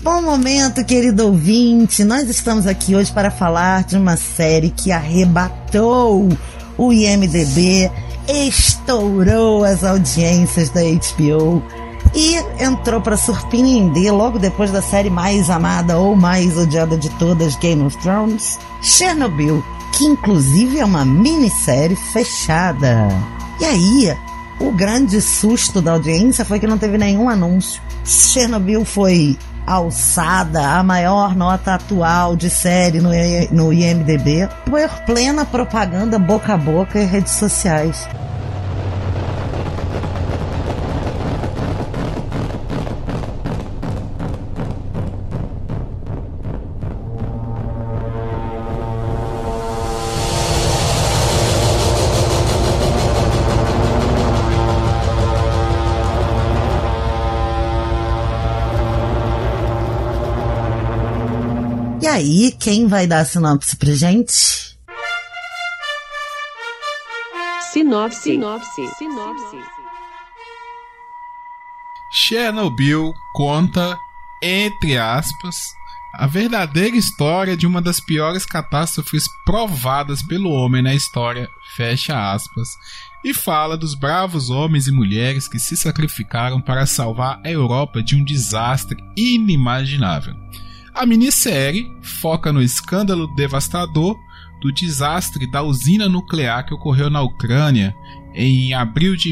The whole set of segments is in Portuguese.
Bom momento, querido ouvinte. Nós estamos aqui hoje para falar de uma série que arrebatou o IMDb, estourou as audiências da HBO e entrou para surpreender logo depois da série mais amada ou mais odiada de todas, Game of Thrones, Chernobyl, que inclusive é uma minissérie fechada. E aí, o grande susto da audiência foi que não teve nenhum anúncio. Chernobyl foi alçada a maior nota atual de série no IMDb por plena propaganda boca a boca e redes sociais. E aí, quem vai dar a sinopse pra gente? Sinopse. Chernobyl conta, entre aspas, a verdadeira história de uma das piores catástrofes provadas pelo homem na história, fecha aspas, e fala dos bravos homens e mulheres que se sacrificaram para salvar a Europa de um desastre inimaginável. A minissérie foca no escândalo devastador do desastre da usina nuclear que ocorreu na Ucrânia em abril de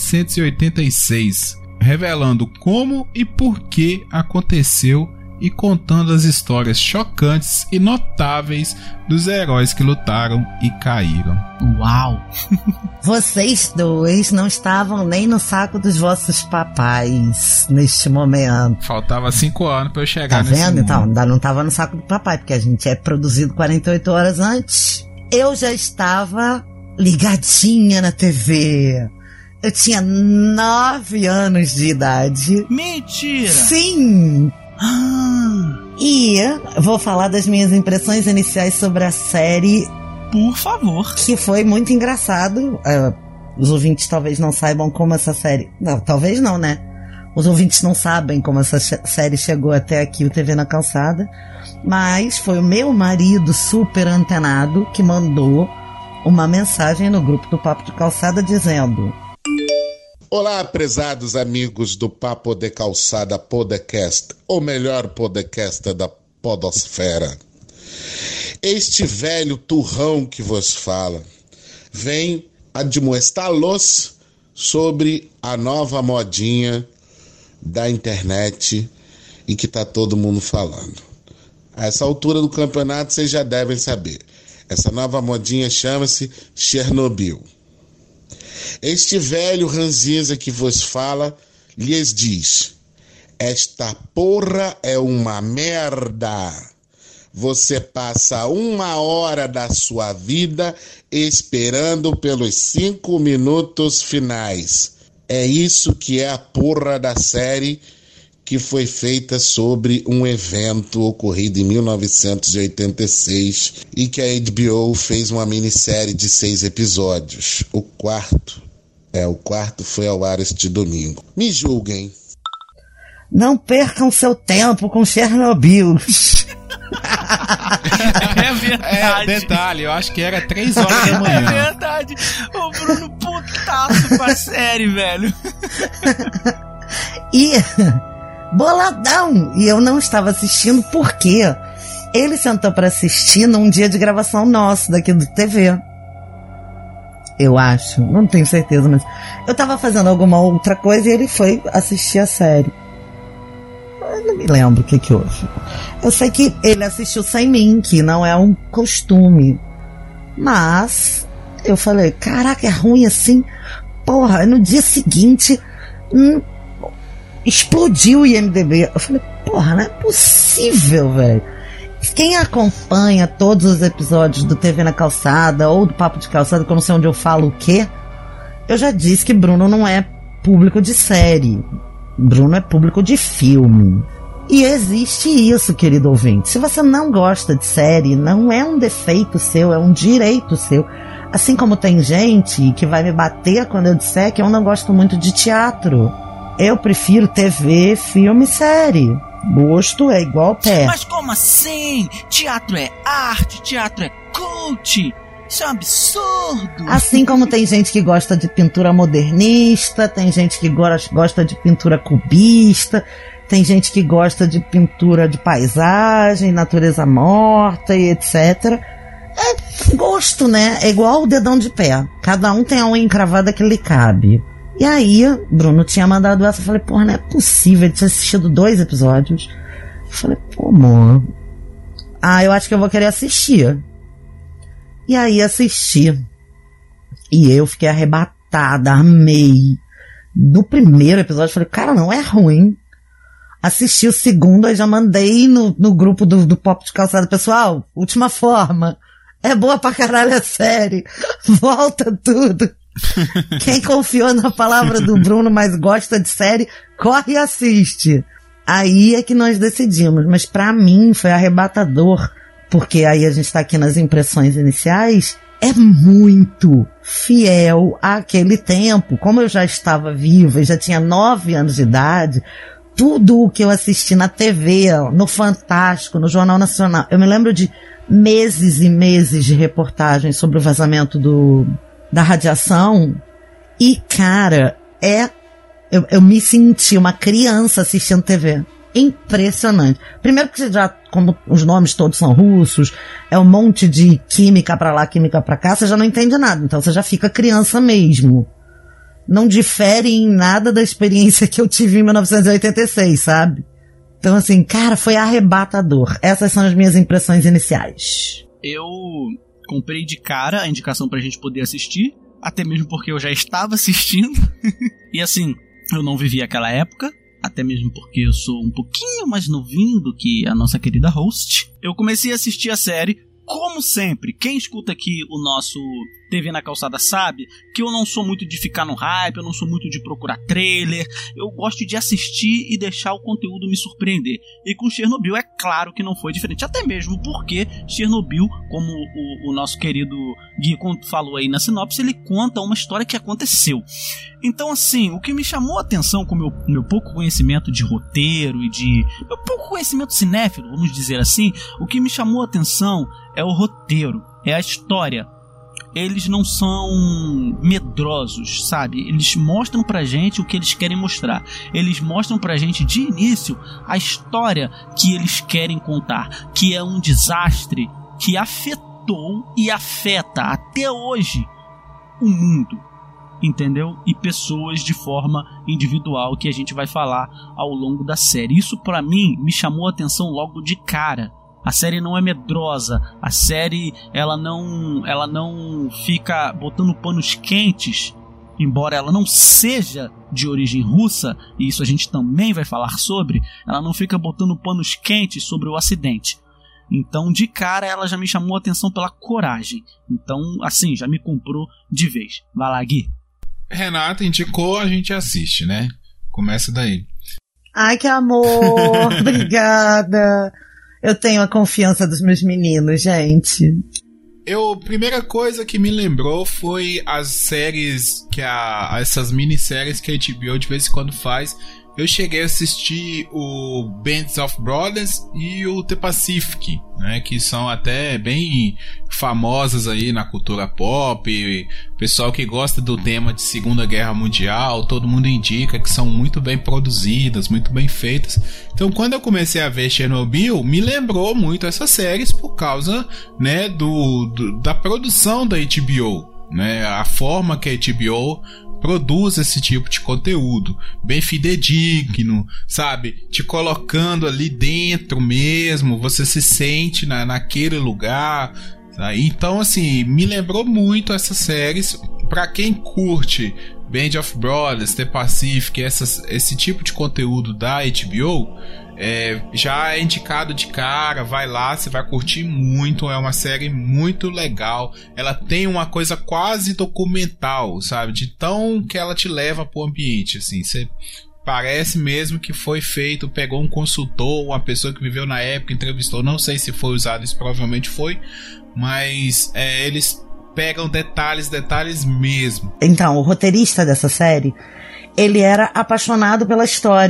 1986, revelando como e por que aconteceu e contando as histórias chocantes e notáveis dos heróis que lutaram e caíram. Uau! Vocês dois não estavam nem no saco dos vossos papais neste momento. Faltava 5 anos pra eu chegar nesse mundo. Então, mundo. Ainda não estava no saco do papai, porque a gente é produzido 48 horas antes. Eu já estava ligadinha na TV. Eu tinha 9 anos de idade. Mentira! Sim! E vou falar das minhas impressões iniciais sobre a série. Por favor. Que foi muito engraçado. Os ouvintes talvez não saibam como essa série... Não, talvez não, né? Os ouvintes não sabem como essa série chegou até aqui, o TV na Calçada. Mas foi o meu marido super antenado que mandou uma mensagem no grupo do Papo de Calçada dizendo: olá, prezados amigos do Papo de Calçada Podcast, o melhor podcast da podosfera. Este velho turrão que vos fala vem admoestá-los sobre a nova modinha da internet e que tá todo mundo falando. A essa altura do campeonato vocês já devem saber. Essa nova modinha chama-se Chernobyl. Este velho ranzinza que vos fala lhes diz: esta porra é uma merda. Você passa 1 hora da sua vida esperando pelos 5 minutos finais. É isso que é a porra da série que foi feita sobre um evento ocorrido em 1986 e que a HBO fez uma minissérie de 6 episódios. O quarto foi ao ar este domingo. Me julguem. Não percam seu tempo com Chernobyl. É verdade. Detalhe, eu acho que era 3 horas da manhã. É verdade. O Bruno putaço com a série, velho. E boladão. E eu não estava assistindo porque ele sentou para assistir num dia de gravação nosso daqui do TV. Eu acho, não tenho certeza, mas eu tava fazendo alguma outra coisa e ele foi assistir a série. Eu não me lembro o que houve. Eu sei que ele assistiu sem mim, que não é um costume. Mas eu falei, caraca, é ruim assim? Porra, no dia seguinte explodiu o IMDb. Eu falei, porra, não é possível, velho. Quem acompanha todos os episódios do TV na Calçada ou do Papo de Calçada, que eu não sei onde eu falo o quê, eu já disse que Bruno não é público de série. Bruno é público de filme. E existe isso, querido ouvinte. Se você não gosta de série, não é um defeito seu, é um direito seu. Assim como tem gente que vai me bater quando eu disser que eu não gosto muito de teatro. Eu prefiro TV, filme e série. Gosto é igual pé. Mas como assim? Teatro é arte, teatro é cult. Isso é um absurdo. Assim como tem gente que gosta de pintura modernista, tem gente que gosta de pintura cubista, tem gente que gosta de pintura de paisagem, natureza morta e etc. É gosto, né? É igual o dedão de pé. Cada um tem a unha encravada que lhe cabe. E aí, Bruno tinha mandado essa. Eu falei, porra, não é possível. Ele tinha assistido 2 episódios. Eu falei, pô, amor. Eu acho que eu vou querer assistir. E aí assisti. E eu fiquei arrebatada, amei. No primeiro episódio, eu falei, cara, não é ruim. Assisti o segundo, aí já mandei no grupo do Pop de Calçada. Pessoal, última forma. É boa pra caralho a série. Volta tudo. Quem confiou na palavra do Bruno, mas gosta de série, corre e assiste. Aí é que nós decidimos. Mas pra mim foi arrebatador. Porque aí a gente tá aqui nas impressões iniciais. É muito fiel àquele tempo. Como eu já estava viva e já tinha 9 anos de idade, tudo o que eu assisti na TV, no Fantástico, no Jornal Nacional, eu me lembro de meses e meses de reportagens sobre o vazamento da radiação. E, cara, eu me senti uma criança assistindo TV. Impressionante. Primeiro que já, como os nomes todos são russos, é um monte de química pra lá, química pra cá, você já não entende nada. Então você já fica criança mesmo. Não difere em nada da experiência que eu tive em 1986, sabe? Então assim, cara, foi arrebatador. Essas são as minhas impressões iniciais. Eu comprei de cara a indicação pra gente poder assistir, até mesmo porque eu já estava assistindo. E assim, eu não vivi aquela época, até mesmo porque eu sou um pouquinho mais novinho do que a nossa querida host. Eu comecei a assistir a série, como sempre. Quem escuta aqui o nosso TV na Calçada sabe que eu não sou muito de ficar no hype, eu não sou muito de procurar trailer, eu gosto de assistir e deixar o conteúdo me surpreender. E com Chernobyl é claro que não foi diferente, até mesmo porque Chernobyl, como o nosso querido Gui falou aí na sinopse, ele conta uma história que aconteceu. Então assim, o que me chamou a atenção com o meu pouco conhecimento de roteiro e de meu pouco conhecimento cinéfilo, vamos dizer assim, o que me chamou a atenção é o roteiro, é a história. Eles não são medrosos, sabe? Eles mostram pra gente o que eles querem mostrar. Eles mostram pra gente de início a história que eles querem contar, que é um desastre que afetou e afeta até hoje o mundo, entendeu? E pessoas de forma individual, que a gente vai falar ao longo da série. Isso pra mim me chamou a atenção logo de cara. A série não é medrosa, a série ela não fica botando panos quentes, embora ela não seja de origem russa, e isso a gente também vai falar sobre, ela não fica botando panos quentes sobre o acidente. Então, de cara, ela já me chamou a atenção pela coragem. Então, assim, já me comprou de vez. Vai lá, Gui. Renata indicou, a gente assiste, né? Começa daí. Ai, que amor! Obrigada! Eu tenho a confiança dos meus meninos, gente. Primeira coisa que me lembrou foi as séries essas minisséries que a HBO de vez em quando faz. Eu cheguei a assistir o Bands of Brothers e o The Pacific, né, que são até bem famosas aí na cultura pop. Pessoal que gosta do tema de Segunda Guerra Mundial, todo mundo indica que são muito bem produzidas, muito bem feitas. Então, quando eu comecei a ver Chernobyl, me lembrou muito essas séries por causa, né, da produção da HBO, né, a forma que a HBO produz esse tipo de conteúdo, bem fidedigno, sabe? Te colocando ali dentro mesmo, você se sente naquele lugar, sabe? Então, assim, me lembrou muito essas séries. Pra quem curte Band of Brothers, The Pacific, esse tipo de conteúdo da HBO, já é indicado de cara, vai lá, você vai curtir muito, é uma série muito legal, ela tem uma coisa quase documental, sabe, de tão que ela te leva pro ambiente, assim, você parece mesmo que foi feito, pegou um consultor, uma pessoa que viveu na época, entrevistou, não sei se foi usado, isso provavelmente foi, mas eles pegam detalhes mesmo. Então, o roteirista dessa série, ele era apaixonado pela história.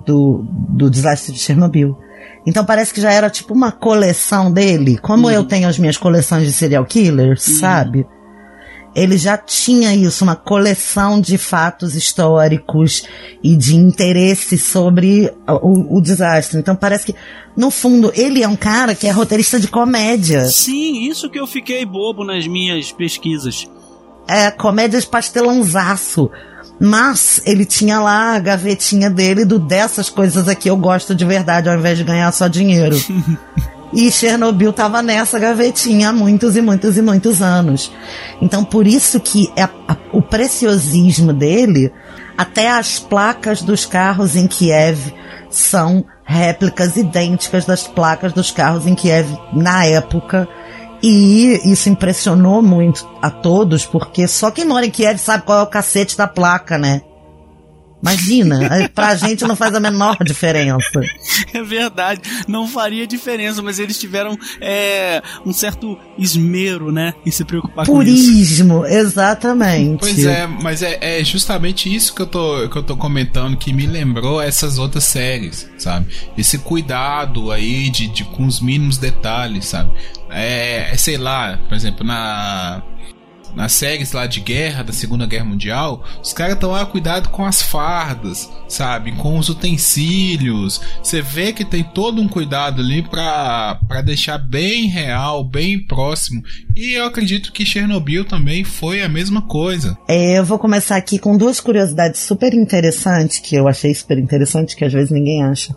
do desastre de Chernobyl. Então parece que já era tipo uma coleção dele, como eu tenho as minhas coleções de serial killers, sabe? Ele já tinha isso, uma coleção de fatos históricos e de interesse sobre o desastre. Então parece que, no fundo, ele é um cara que é roteirista de comédia. Sim, isso que eu fiquei bobo nas minhas pesquisas. É, comédia de pastelãozaço. Mas ele tinha lá a gavetinha dele dessas coisas aqui eu gosto de verdade, ao invés de ganhar só dinheiro. E Chernobyl tava nessa gavetinha há muitos e muitos e muitos anos. Então por isso que o preciosismo dele, até as placas dos carros em Kiev são réplicas idênticas das placas dos carros em Kiev na época. E isso impressionou muito a todos, porque só quem mora em Kiev sabe qual é o cacete da placa, né? Imagina, pra gente não faz a menor diferença. É verdade, não faria diferença, mas eles tiveram um certo esmero, né, em se preocupar com isso. Purismo, exatamente. Pois é, mas é justamente isso que eu tô comentando, que me lembrou essas outras séries, sabe? Esse cuidado aí com os mínimos detalhes, sabe? Sei lá, por exemplo, nas séries lá de guerra, da Segunda Guerra Mundial, os caras estão lá cuidado com as fardas, sabe? Com os utensílios. Você vê que tem todo um cuidado ali pra deixar bem real, bem próximo. E eu acredito que Chernobyl também foi a mesma coisa. Eu vou começar aqui com duas curiosidades super interessantes, que eu achei super interessante, que às vezes ninguém acha.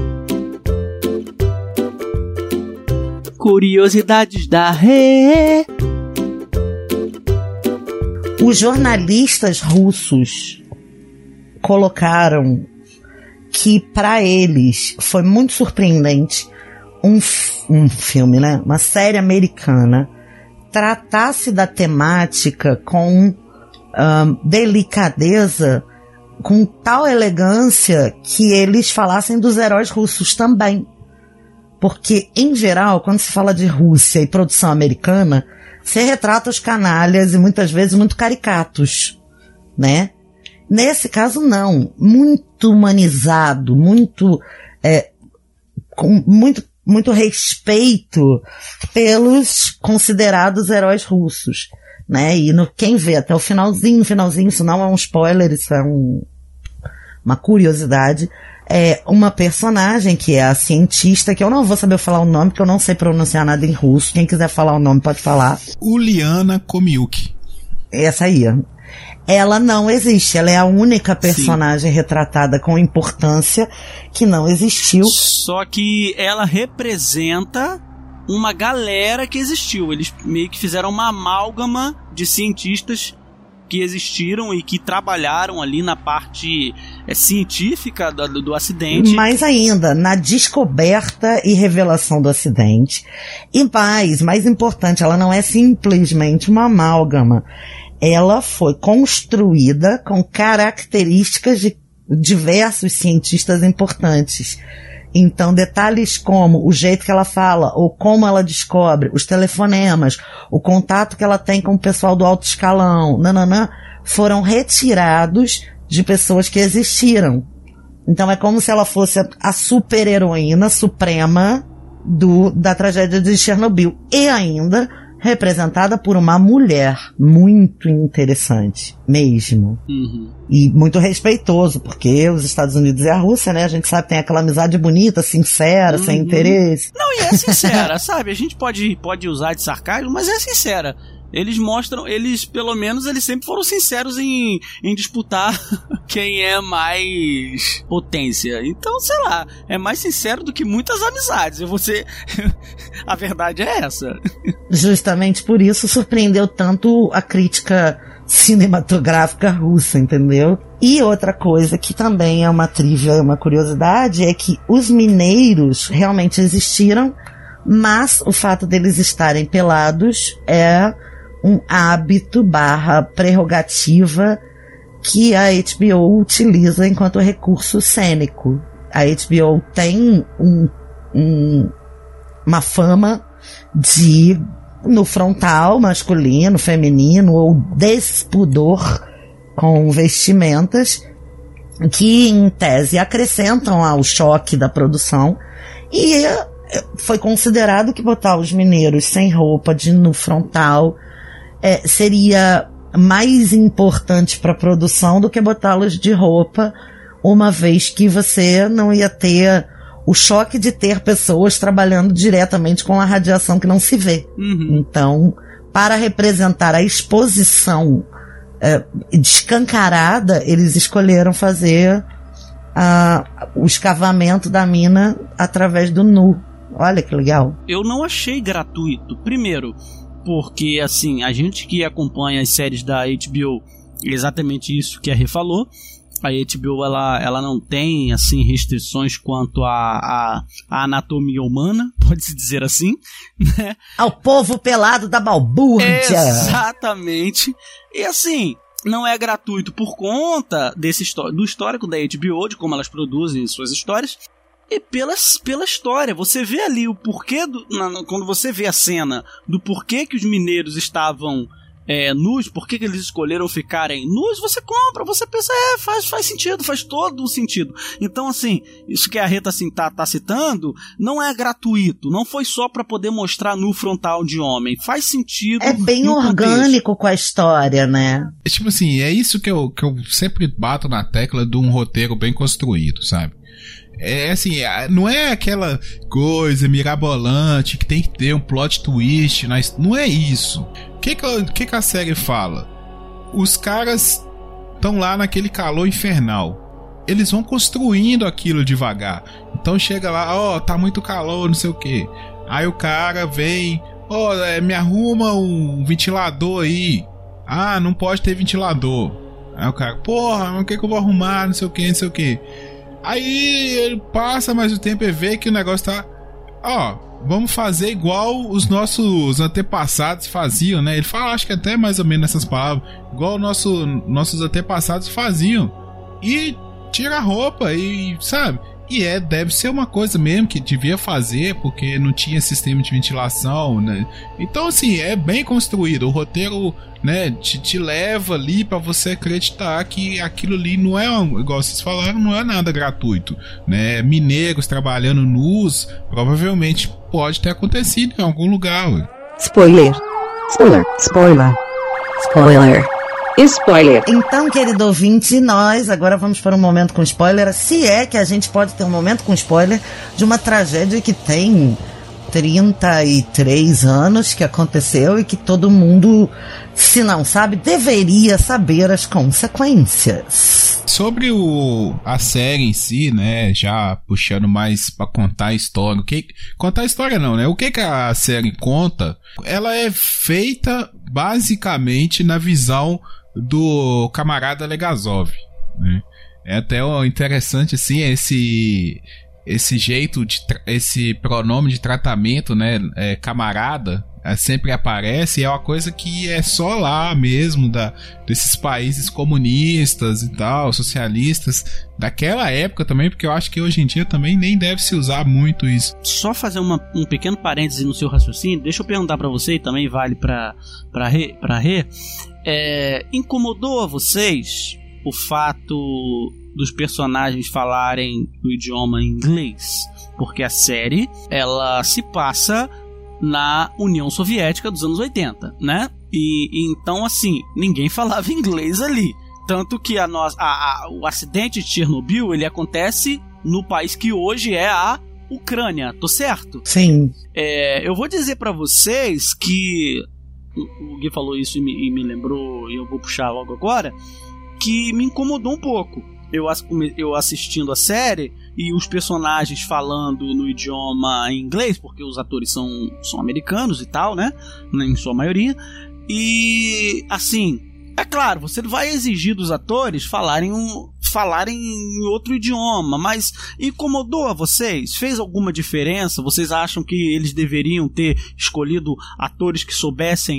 Curiosidades da Rê. Os jornalistas russos colocaram que para eles foi muito surpreendente um filme, né? Uma série americana tratasse da temática com delicadeza, com tal elegância que eles falassem dos heróis russos também. Porque, em geral, quando se fala de Rússia e produção americana, você retrata os canalhas e muitas vezes muito caricatos, né? Nesse caso, não. Muito humanizado, com muito respeito pelos considerados heróis russos, né? E quem vê até o finalzinho, isso não é um spoiler, isso é uma curiosidade. Uma personagem que é a cientista, que eu não vou saber falar o nome, porque eu não sei pronunciar nada em russo. Quem quiser falar o nome pode falar. Uliana Komiuk. Essa aí. Ela não existe. Ela é a única personagem retratada com importância que não existiu. Só que ela representa uma galera que existiu. Eles meio que fizeram uma amálgama de cientistas que existiram e que trabalharam ali na parte científica do acidente. Mais ainda, na descoberta e revelação do acidente. E mais importante, ela não é simplesmente uma amálgama. Ela foi construída com características de diversos cientistas importantes. Então, detalhes como o jeito que ela fala, ou como ela descobre, os telefonemas, o contato que ela tem com o pessoal do alto escalão, foram retirados de pessoas que existiram. Então, é como se ela fosse a super-heroína suprema da tragédia de Chernobyl. E ainda representada por uma mulher muito interessante, mesmo. Uhum. E muito respeitoso, porque os Estados Unidos e a Rússia, né, a gente sabe, tem aquela amizade bonita, sincera, sem interesse. Não, e é sincera, sabe? A gente pode usar de sarcasmo, mas é sincera. Eles mostram, pelo menos, eles sempre foram sinceros em disputar quem é mais potência. Então, sei lá, é mais sincero do que muitas amizades. A verdade é essa. Justamente por isso surpreendeu tanto a crítica cinematográfica russa, entendeu? E outra coisa que também é uma trivia, uma curiosidade, é que os mineiros realmente existiram, mas o fato deles estarem pelados é um hábito / prerrogativa que a HBO utiliza enquanto recurso cênico. A HBO tem uma fama de, no frontal, masculino, feminino, ou despudor com vestimentas, que, em tese, acrescentam ao choque da produção, e foi considerado que botar os mineiros sem roupa no frontal seria mais importante para a produção do que botá-los de roupa, uma vez que você não ia ter o choque de ter pessoas trabalhando diretamente com a radiação que não se vê. Então, para representar a exposição descancarada, eles escolheram fazer o escavamento da mina através do nu. Olha que legal. Eu não achei gratuito. Primeiro, porque assim, a gente que acompanha as séries da HBO, exatamente isso que a Rê falou. A HBO ela não tem assim restrições quanto à anatomia humana, pode-se dizer assim, né? Ao povo pelado da balbúrdia. Exatamente. E assim, não é gratuito por conta do histórico da HBO, de como elas produzem suas histórias, e pela história. Você vê ali o porquê, quando você vê a cena do porquê que os mineiros estavam nus, por que eles escolheram ficarem nus, você compra, você pensa, faz sentido, faz todo o sentido. Então, assim, isso que a Rê tá citando, não é gratuito, não foi só pra poder mostrar nu frontal de homem, faz sentido. É bem orgânico com a história, né? Tipo assim, é isso que eu sempre bato na tecla de um roteiro bem construído, sabe? É assim, não é aquela coisa mirabolante que tem que ter um plot twist, não é isso. O que a série fala? Os caras estão lá naquele calor infernal. Eles vão construindo aquilo devagar. Então chega lá, tá muito calor, não sei o que. Aí o cara vem, me arruma um ventilador aí. Ah, não pode ter ventilador. Aí o cara, porra, mas o que eu vou arrumar, não sei o que, não sei o que. Aí ele passa mais o tempo e vê que o negócio tá... vamos fazer igual os nossos antepassados faziam, né? Ele fala, acho que até mais ou menos nessas palavras, igual nossos antepassados faziam. E tira a roupa e, sabe? E deve ser uma coisa mesmo que devia fazer, porque não tinha sistema de ventilação, né? Então, assim, é bem construído. O roteiro, né, te leva ali pra você acreditar que aquilo ali não é, igual vocês falaram, não é nada gratuito, né? Mineiros trabalhando nus, provavelmente pode ter acontecido em algum lugar. Spoiler. Então, querido ouvinte, nós agora vamos para um momento com spoiler. Se é que a gente pode ter um momento com spoiler de uma tragédia que tem 33 anos que aconteceu e que todo mundo, se não sabe, deveria saber as consequências. Sobre a série em si, né, já puxando mais pra contar a história. Contar a história não, né? O que a série conta, ela é feita basicamente na visão do camarada Legazov, né? É até interessante, assim, esse jeito, esse pronome de tratamento, né, camarada, sempre aparece, e é uma coisa que é só lá mesmo, desses países comunistas e tal, socialistas, daquela época também, porque eu acho que hoje em dia também nem deve se usar muito isso. Só fazer um pequeno parêntese no seu raciocínio, deixa eu perguntar pra você, e também vale pra Rê, incomodou a vocês o fato dos personagens falarem o idioma inglês? Porque a série, ela se passa na União Soviética dos anos 80, né? E então, assim, ninguém falava inglês ali. Tanto que o acidente de Chernobyl, ele acontece no país que hoje é a Ucrânia, tô certo? Sim. Eu vou dizer pra vocês que... O Gui falou isso e me lembrou, e eu vou puxar logo agora, que me incomodou um pouco. Eu assistindo a série e os personagens falando no idioma inglês, porque os atores são americanos e tal, né? Em sua maioria. E, assim, é claro, você vai exigir dos atores falarem em outro idioma, mas incomodou a vocês? Fez alguma diferença? Vocês acham que eles deveriam ter escolhido atores que soubessem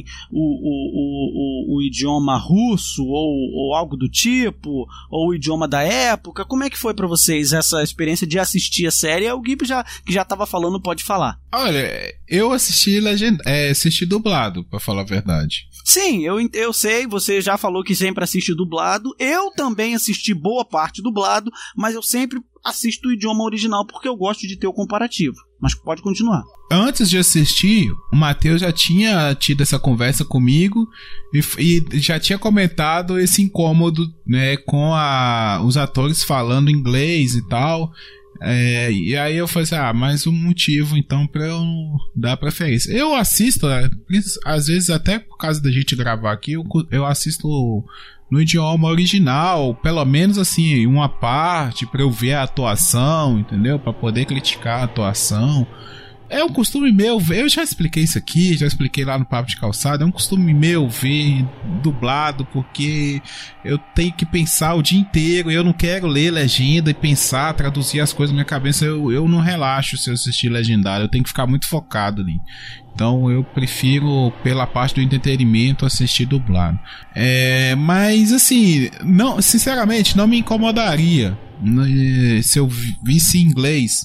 o idioma russo ou algo do tipo, ou o idioma da época? Como é que foi pra vocês essa experiência de assistir a série? O Gui que já tava falando pode falar. Olha, eu assisti dublado, pra falar a verdade. Sim, eu sei, você já falou que sempre assiste dublado. Eu também assisti boa parte dublado, mas eu sempre assisto o idioma original porque eu gosto de ter o comparativo. Mas pode continuar. Antes de assistir, o Matheus já tinha tido essa conversa comigo e já tinha comentado esse incômodo, né, com os atores falando inglês e tal. E aí eu falei assim, mais um motivo então pra eu dar preferência. Eu assisto, às vezes até por causa da gente gravar aqui, eu assisto no idioma original, pelo menos assim, uma parte pra eu ver a atuação, entendeu? Pra poder criticar a atuação. É um costume meu ver, eu já expliquei isso aqui, já expliquei lá no Papo de Calçada, é um costume meu ver dublado, porque eu tenho que pensar o dia inteiro, eu não quero ler legenda e pensar, traduzir as coisas na minha cabeça, eu não relaxo se eu assistir legendado, eu tenho que ficar muito focado ali. Então eu prefiro, pela parte do entretenimento, assistir dublado. Mas assim, não, sinceramente, não me incomodaria se eu visse em inglês,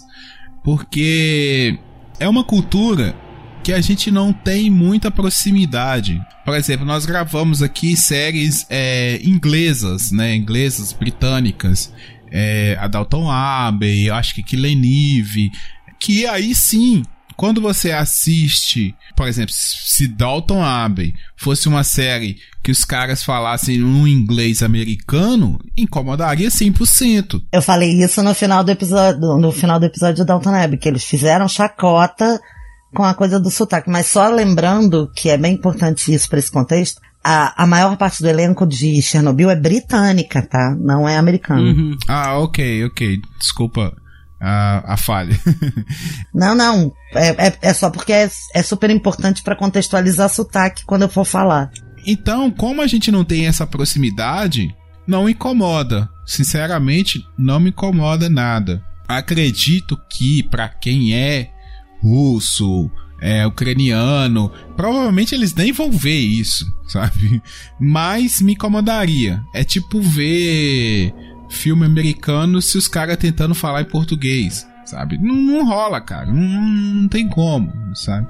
porque é uma cultura que a gente não tem muita proximidade. Por exemplo, nós gravamos aqui séries inglesas, né? Inglesas, britânicas. A Downton Abbey, eu acho que Killing Eve. Que aí sim, quando você assiste, por exemplo, se Downton Abbey fosse uma série que os caras falassem um inglês americano, incomodaria 100%. Eu falei isso no final do episódio de Downton Abbey, que eles fizeram chacota com a coisa do sotaque, mas só lembrando que é bem importante isso para esse contexto, a maior parte do elenco de Chernobyl é britânica, tá? Não é americana. Uhum. Ok. Desculpa a falha. Não. É só porque é super importante para contextualizar sotaque quando eu for falar. Então, como a gente não tem essa proximidade, não incomoda. Sinceramente, não me incomoda nada. Acredito que para quem é russo, ucraniano, provavelmente eles nem vão ver isso, sabe? Mas me incomodaria. É tipo ver filme americano se os caras tentando falar em português, sabe? Não rola, cara. Não tem como, sabe?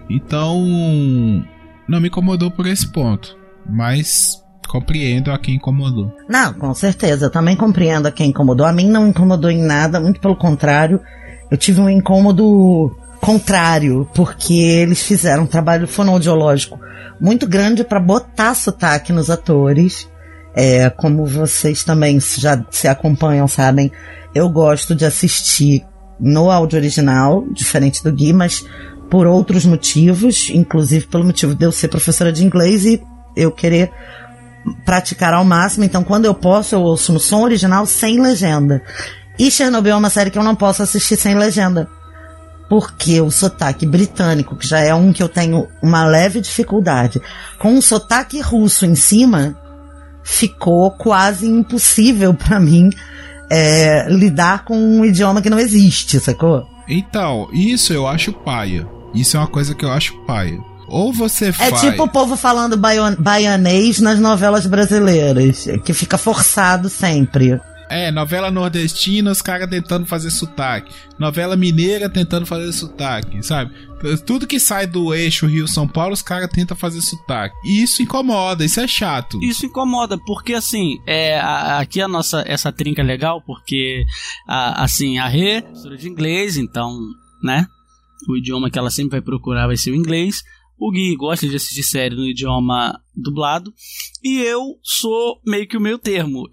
Então, não me incomodou por esse ponto, mas compreendo a quem incomodou. Não, com certeza, eu também compreendo a quem incomodou. A mim não incomodou em nada, muito pelo contrário. Eu tive um incômodo contrário, porque eles fizeram um trabalho fonoaudiológico muito grande para botar sotaque nos atores. Como vocês também já se acompanham, sabem, eu gosto de assistir no áudio original, diferente do Gui, mas por outros motivos, inclusive pelo motivo de eu ser professora de inglês e eu querer praticar ao máximo. Então, quando eu posso, eu ouço no som original sem legenda. E Chernobyl é uma série que eu não posso assistir sem legenda, porque o sotaque britânico, que já é um que eu tenho uma leve dificuldade, com um sotaque russo em cima, ficou quase impossível pra mim lidar com um idioma que não existe, sacou? Então, isso eu acho paia. Isso é uma coisa que eu acho paia. Ou você faz... É tipo o povo falando baianês nas novelas brasileiras, que fica forçado sempre. Novela nordestina, os caras tentando fazer sotaque. Novela mineira tentando fazer sotaque, sabe? Tudo que sai do eixo Rio-São Paulo, os caras tentam fazer sotaque. E isso incomoda, isso é chato. Isso incomoda, porque assim, aqui essa trinca é legal, porque assim, a Rê é professora de inglês, então, né? O idioma que ela sempre vai procurar vai ser o inglês. O Gui gosta de assistir série no idioma dublado. E eu sou meio que o meio termo.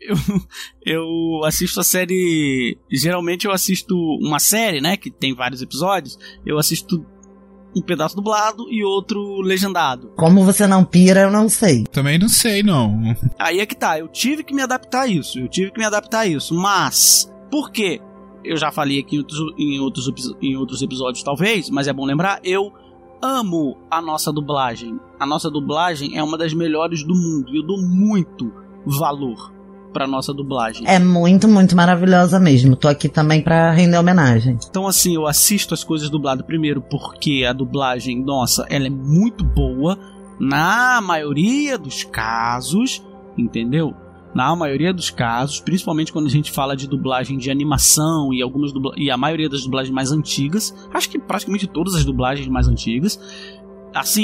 Eu assisto a série... Geralmente eu assisto uma série, né? Que tem vários episódios. Eu assisto um pedaço dublado e outro legendado. Como você não pira, eu não sei. Também não sei, não. Aí é que tá. Eu tive que me adaptar a isso. Mas... Por quê? Eu já falei aqui em outros episódios, talvez. Mas é bom lembrar. Eu amo a nossa dublagem. A nossa dublagem é uma das melhores do mundo. E eu dou muito valor pra nossa dublagem. É muito, muito maravilhosa mesmo. Tô aqui também pra render homenagem. Então, assim, eu assisto as coisas dubladas primeiro porque a dublagem, nossa, ela é muito boa. Na maioria dos casos, entendeu? Na maioria dos casos, principalmente quando a gente fala de dublagem de animação e a maioria das dublagens mais antigas, acho que praticamente todas as dublagens mais antigas, assim,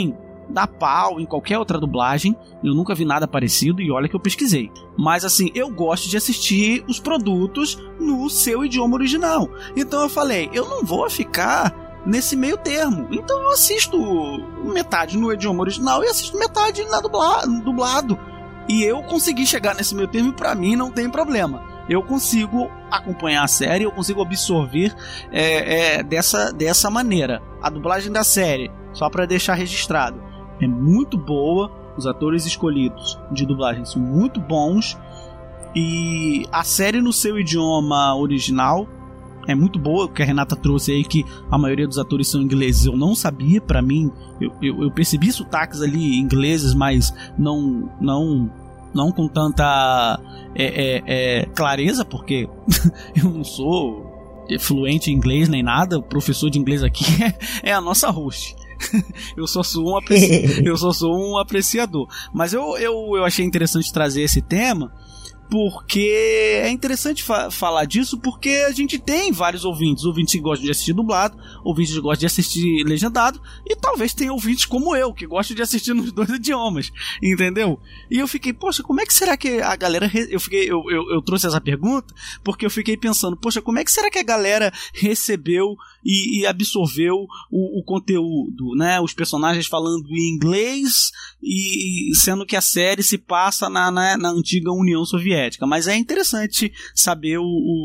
dá pau em qualquer outra dublagem. Eu nunca vi nada parecido e olha que eu pesquisei. Mas assim, eu gosto de assistir os produtos no seu idioma original. Então eu falei, eu não vou ficar nesse meio termo. Então eu assisto metade no idioma original e assisto metade na dublado. E eu consegui chegar nesse meio termo e pra mim não tem problema. Eu consigo acompanhar a série, eu consigo absorver dessa maneira. A dublagem da série, só pra deixar registrado, é muito boa. Os atores escolhidos de dublagem são muito bons. E a série no seu idioma original é muito boa. O que a Renata trouxe aí, que a maioria dos atores são ingleses, eu não sabia. Pra mim, eu percebi sotaques ali ingleses, mas não com tanta clareza, porque eu não sou fluente em inglês nem nada. O professor de inglês aqui é a nossa host. Eu só sou um apreciador. Mas eu achei interessante trazer esse tema, porque é interessante falar disso, porque a gente tem vários ouvintes que gostam de assistir dublado, ouvintes que gostam de assistir legendado, e talvez tenha ouvintes como eu, que gostam de assistir nos dois idiomas, entendeu? E eu fiquei, poxa, como é que será que a galera... Eu trouxe essa pergunta porque eu fiquei pensando, poxa, como é que será que a galera recebeu e absorveu o conteúdo, né? Os personagens falando em inglês, e sendo que a série se passa na antiga União Soviética. Mas é interessante saber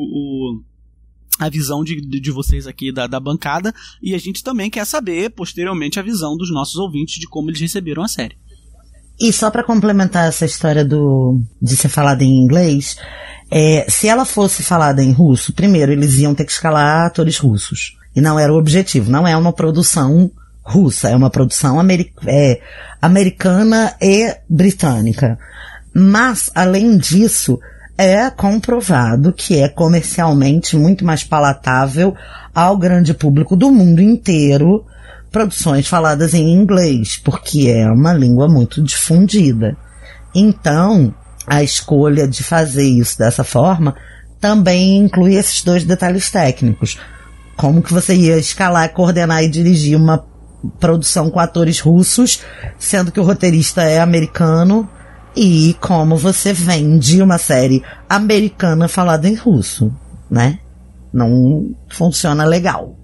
a visão de vocês aqui da bancada, e a gente também quer saber posteriormente a visão dos nossos ouvintes de como eles receberam a série. E só para complementar essa história de ser falada em inglês, se ela fosse falada em russo, primeiro eles iam ter que escalar atores russos, e não era o objetivo. Não é uma produção russa, é uma produção americana e britânica. Mas, além disso, é comprovado que é comercialmente muito mais palatável ao grande público do mundo inteiro produções faladas em inglês, porque é uma língua muito difundida. Então, a escolha de fazer isso dessa forma também inclui esses dois detalhes técnicos. Como que você ia escalar, coordenar e dirigir uma produção com atores russos, sendo que o roteirista é americano, e como você vende uma série americana falada em russo, né? Não funciona legal.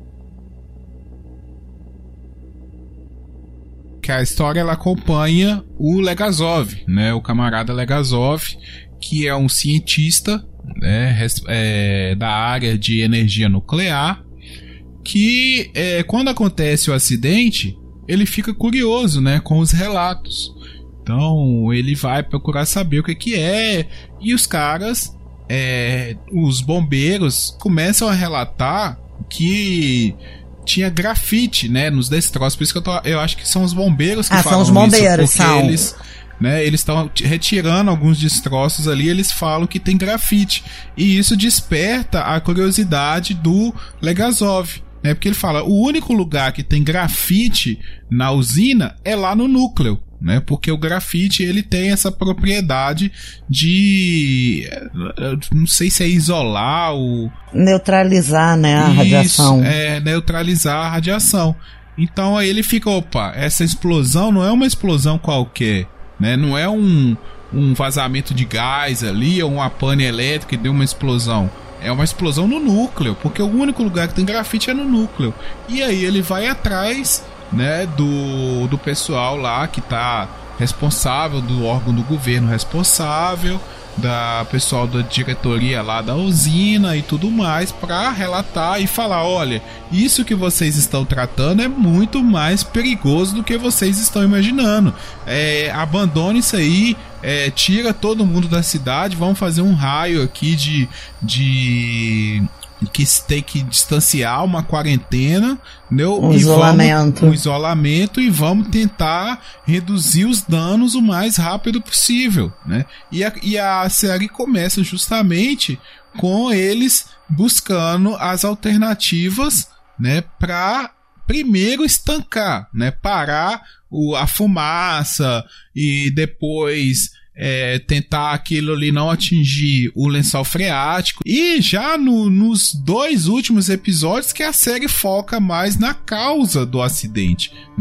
Que a história ela acompanha o Legazov, né? O camarada Legazov, que é um cientista, né, da área de energia nuclear, que quando acontece o acidente, ele fica curioso, né, com os relatos. Então ele vai procurar saber o que é, e os caras, os bombeiros, começam a relatar que tinha grafite, né, nos destroços. Por isso que eu acho que são os bombeiros que falam são os bombeiros, isso, porque eles estão retirando alguns destroços ali, eles falam que tem grafite, e isso desperta a curiosidade do Legazov, né, porque ele fala, o único lugar que tem grafite na usina é lá no núcleo, né? Porque o grafite ele tem essa propriedade de, não sei se é isolar ou neutralizar, né, a radiação. Neutralizar a radiação. Então aí ele fica, opa, essa explosão não é uma explosão qualquer, né? Não é um vazamento de gás ali ou uma pane elétrica que deu uma explosão. É uma explosão no núcleo, porque o único lugar que tem grafite é no núcleo. E aí ele vai atrás, né, do pessoal lá que tá responsável, do órgão do governo responsável, da pessoal da diretoria lá da usina e tudo mais, para relatar e falar, olha, isso que vocês estão tratando é muito mais perigoso do que vocês estão imaginando. Abandone isso aí, tira todo mundo da cidade, vamos fazer um raio aqui que tem que distanciar, uma quarentena, né? Um isolamento, e vamos tentar reduzir os danos o mais rápido possível, né? E a série começa justamente com eles buscando as alternativas, né, para primeiro estancar, né, parar a fumaça, e depois tentar aquilo ali não atingir o lençol freático. E já nos 2 últimos episódios que a série foca mais na causa do acidente, né?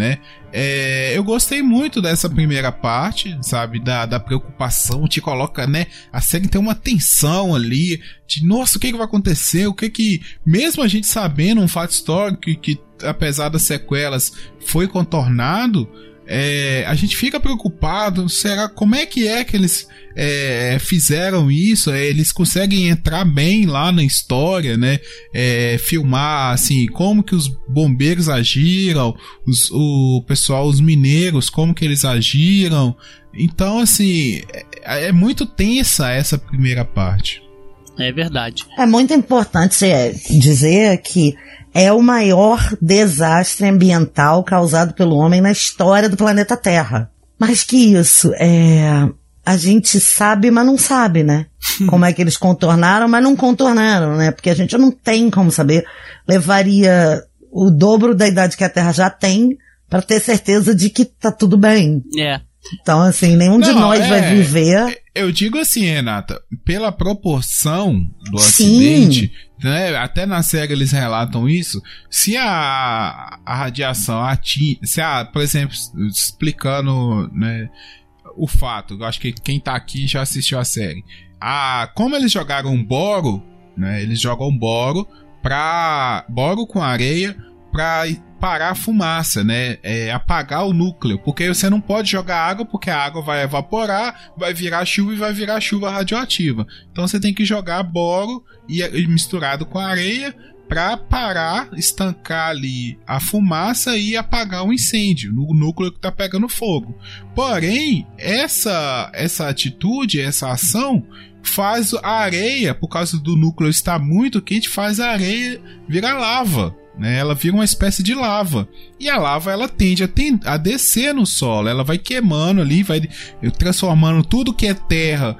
Eu gostei muito dessa primeira parte, sabe, da preocupação, te coloca, né, a série tem uma tensão ali, de nossa, o que vai acontecer, mesmo a gente sabendo um fato histórico que apesar das sequelas foi contornado, a gente fica preocupado, será, como é que eles fizeram isso? Eles conseguem entrar bem lá na história, né? Filmar, assim, como que os bombeiros agiram, o pessoal, os mineiros, como que eles agiram. Então, assim, é muito tensa essa primeira parte. É verdade. É muito importante dizer que é o maior desastre ambiental causado pelo homem na história do planeta Terra. Mas que isso, a gente sabe, mas não sabe, né? Como é que eles contornaram, mas não contornaram, né? Porque a gente não tem como saber. Levaria o dobro da idade que a Terra já tem para ter certeza de que tá tudo bem. Então, assim, nenhum de nós vai viver... Eu digo assim, Renata, pela proporção do acidente, né, até na série eles relatam isso, se a radiação atinge... por exemplo, explicando, né, o fato, eu acho que quem tá aqui já assistiu a série. Como eles jogaram boro, né, eles jogam boro com areia para parar a fumaça, né? Apagar o núcleo, porque você não pode jogar água, porque a água vai evaporar, vai virar chuva e vai virar chuva radioativa. Então você tem que jogar boro misturado com areia para parar, estancar ali a fumaça e apagar o incêndio no núcleo que está pegando fogo. Porém, essa atitude, essa ação faz a areia, por causa do núcleo estar muito quente, faz a areia virar lava. Né, ela vira uma espécie de lava. E a lava, ela tende a descer no solo. Ela vai queimando ali, vai transformando tudo que é terra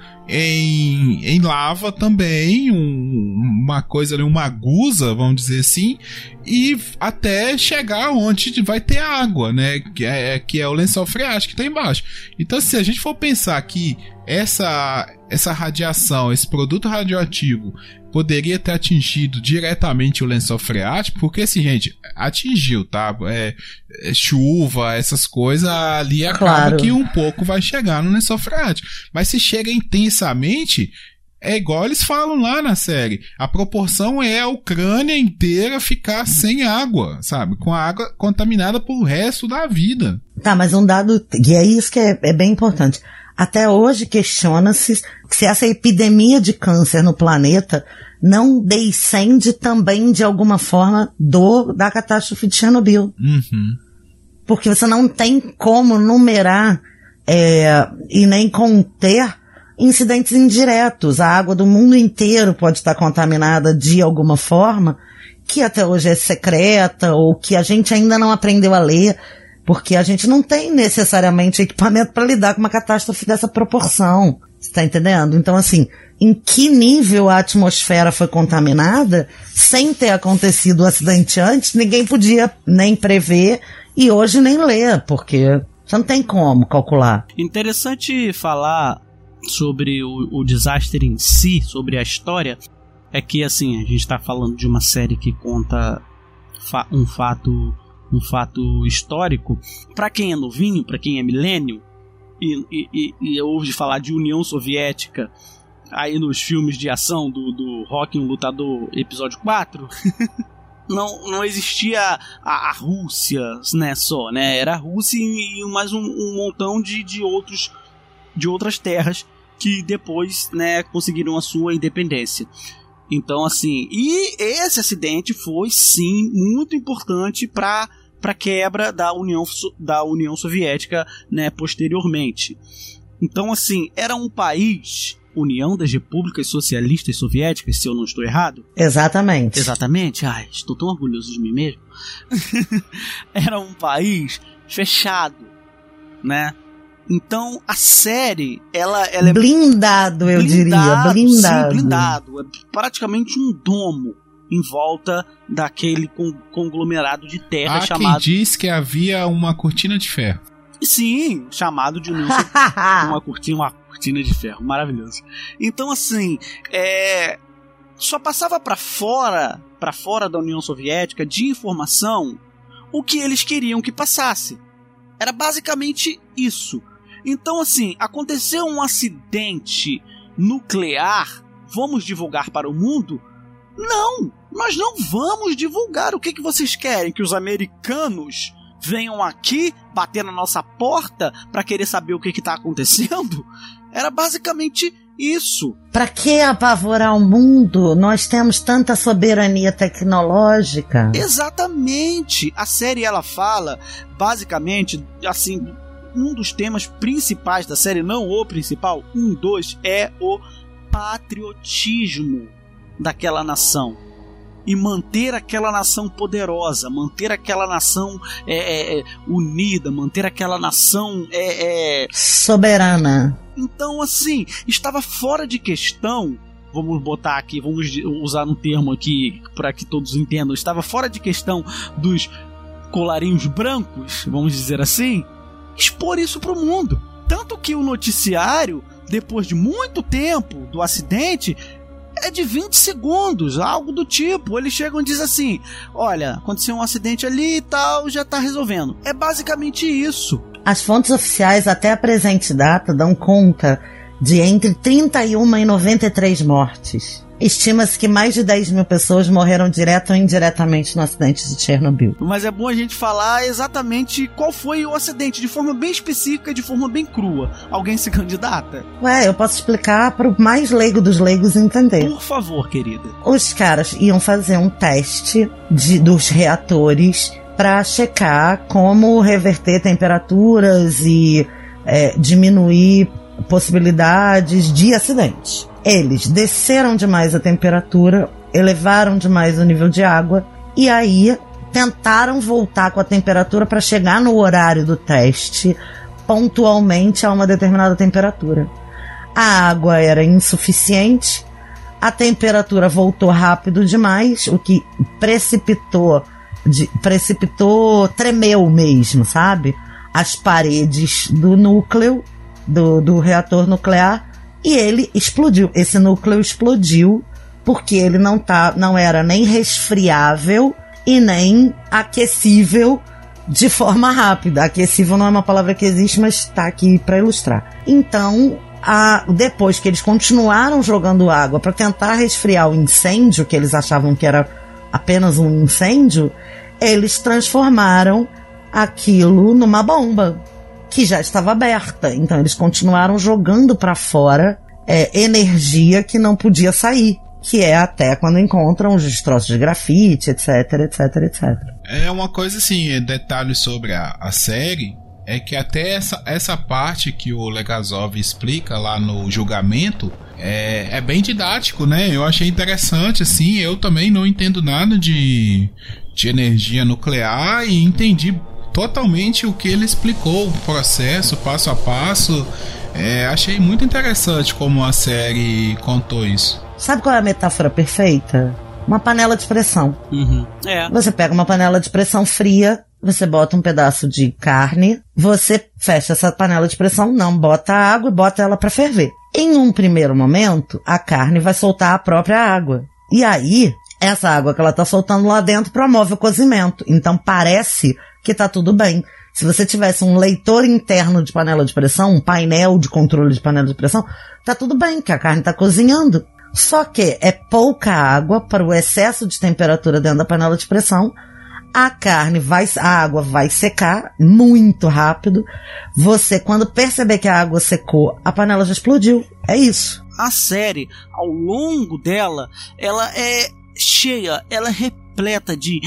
em lava também. Uma coisa ali, uma gusa, vamos dizer assim. E até chegar onde vai ter água, né? Que é o lençol freático que está embaixo. Então, se a gente for pensar que essa radiação, esse produto radioativo poderia ter atingido diretamente o lençol freático, porque assim, gente, atingiu, tá? Chuva, essas coisas, ali acaba que um pouco vai chegar no lençol freático. Mas se chega intensamente, é igual eles falam lá na série, a proporção é a Ucrânia inteira ficar sem água, sabe? Com a água contaminada pro resto da vida. Tá, mas um dado, e é isso que é bem importante. Até hoje questiona-se se essa epidemia de câncer no planeta não descende também de alguma forma da catástrofe de Chernobyl. Uhum. Porque você não tem como numerar e nem conter incidentes indiretos. A água do mundo inteiro pode estar contaminada de alguma forma, que até hoje é secreta ou que a gente ainda não aprendeu a ler, porque a gente não tem necessariamente equipamento para lidar com uma catástrofe dessa proporção. Você tá entendendo? Então, assim, em que nível a atmosfera foi contaminada, sem ter acontecido o acidente antes, ninguém podia nem prever e hoje nem ler, porque você não tem como calcular. Interessante falar sobre o desastre em si, sobre a história, é que, assim, a gente tá falando de uma série que conta um fato histórico. Pra quem é novinho, pra quem é milênio, e ouve falar de União Soviética aí nos filmes de ação do Rocky um Lutador episódio 4, não existia a Rússia, né, só, né? Era a Rússia e mais um montão de outras terras que depois, né, conseguiram a sua independência. Então, assim, e esse acidente foi, sim, muito importante para a quebra da União Soviética, né, posteriormente. Então, assim, era um país, União das Repúblicas Socialistas Soviéticas, se eu não estou errado. Exatamente. Exatamente. Ai, estou tão orgulhoso de mim mesmo. Era um país fechado, né? Então, a série, ela é... Blindado, eu diria. Blindado. Sim, blindado. É praticamente um domo em volta daquele conglomerado de terra chamado... Quem diz que havia uma cortina de ferro. Sim, chamado de União Soviética. uma cortina de ferro. Maravilhoso. Então, assim, só passava para fora da União Soviética de informação o que eles queriam que passasse. Era basicamente isso. Então, assim, aconteceu um acidente nuclear, vamos divulgar para o mundo? Não, nós não vamos divulgar. O que vocês querem? Que os americanos venham aqui bater na nossa porta para querer saber o que está acontecendo? Era basicamente isso. Para que apavorar o mundo? Nós temos tanta soberania tecnológica. Exatamente. A série, ela fala, basicamente, assim, um dos temas principais da série, não o principal, 2, é o patriotismo daquela nação. E manter aquela nação poderosa, manter aquela nação unida, manter aquela nação soberana. Então, assim, estava fora de questão, vamos botar aqui, vamos usar um termo aqui para que todos entendam, estava fora de questão dos colarinhos brancos, vamos dizer assim, expor isso para o mundo. Tanto que o noticiário, depois de muito tempo do acidente, é de 20 segundos, algo do tipo. Eles chegam e dizem assim: olha, aconteceu um acidente ali e tal, já tá resolvendo. É basicamente isso. As fontes oficiais até a presente data dão conta de entre 31 e 93 mortes. Estima-se que mais de 10 mil pessoas morreram direto ou indiretamente no acidente de Chernobyl. Mas é bom a gente falar exatamente qual foi o acidente, de forma bem específica, de forma bem crua. Alguém se candidata? Eu posso explicar para o mais leigo dos leigos entender. Por favor, querida. Os caras iam fazer um teste dos reatores para checar como reverter temperaturas e diminuir possibilidades de acidentes. Eles desceram demais a temperatura, elevaram demais o nível de água e aí tentaram voltar com a temperatura para chegar no horário do teste pontualmente a uma determinada temperatura. A água era insuficiente, a temperatura voltou rápido demais, o que tremeu mesmo, sabe? As paredes do núcleo, do reator nuclear, e ele explodiu. Esse núcleo explodiu porque ele não era nem resfriável e nem aquecível de forma rápida. Aquecível não é uma palavra que existe, mas está aqui para ilustrar. Então, depois que eles continuaram jogando água para tentar resfriar o incêndio, que eles achavam que era apenas um incêndio, eles transformaram aquilo numa bomba que já estava aberta. Então eles continuaram jogando para fora energia que não podia sair, que é até quando encontram os destroços de grafite, etc, etc, etc. É uma coisa assim, detalhe sobre a série, é que até essa parte que o Legasov explica lá no julgamento é bem didático, né? Eu achei interessante, assim, eu também não entendo nada de energia nuclear e entendi totalmente o que ele explicou, o processo, passo a passo. Achei muito interessante como a série contou isso. Sabe qual é a metáfora perfeita? Uma panela de pressão. Uhum. Você pega uma panela de pressão fria, você bota um pedaço de carne, você fecha essa panela de pressão, não bota água e bota ela para ferver. Em um primeiro momento, a carne vai soltar a própria água. E aí, essa água que ela tá soltando lá dentro promove o cozimento. Então parece que tá tudo bem. Se você tivesse um leitor interno de panela de pressão, um painel de controle de panela de pressão, tá tudo bem, que a carne tá cozinhando. Só que é pouca água para o excesso de temperatura dentro da panela de pressão. A água vai secar muito rápido. Você, quando perceber que a água secou, a panela já explodiu. É isso. A série, ao longo dela, ela é cheia, ela é repleta de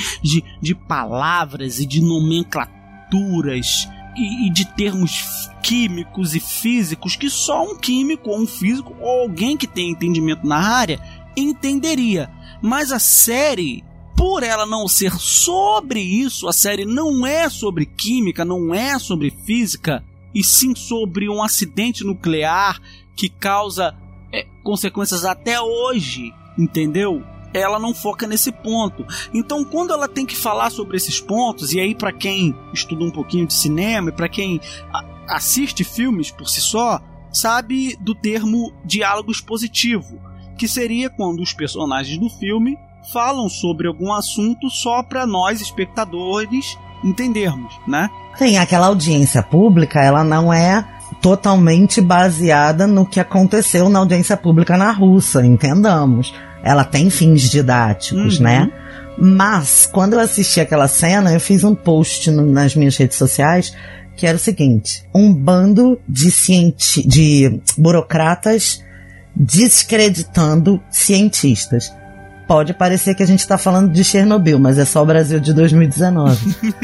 palavras e de nomenclaturas e de termos químicos e físicos que só um químico ou um físico ou alguém que tem entendimento na área entenderia. Mas a série, por ela não ser sobre isso, a série não é sobre química, não é sobre física, e sim sobre um acidente nuclear que causa consequências até hoje, entendeu? Ela não foca nesse ponto. Então, quando ela tem que falar sobre esses pontos, e aí para quem estuda um pouquinho de cinema e para quem assiste filmes por si só, sabe do termo diálogo expositivo, que seria quando os personagens do filme falam sobre algum assunto só para nós, espectadores, entendermos, né? Sim, aquela audiência pública, ela não é totalmente baseada no que aconteceu na audiência pública na Rússia, entendamos. Ela tem fins didáticos, né? Mas, quando eu assisti aquela cena, eu fiz um post nas minhas redes sociais, que era o seguinte: um bando de burocratas descreditando cientistas. Pode parecer que a gente tá falando de Chernobyl, mas é só o Brasil de 2019.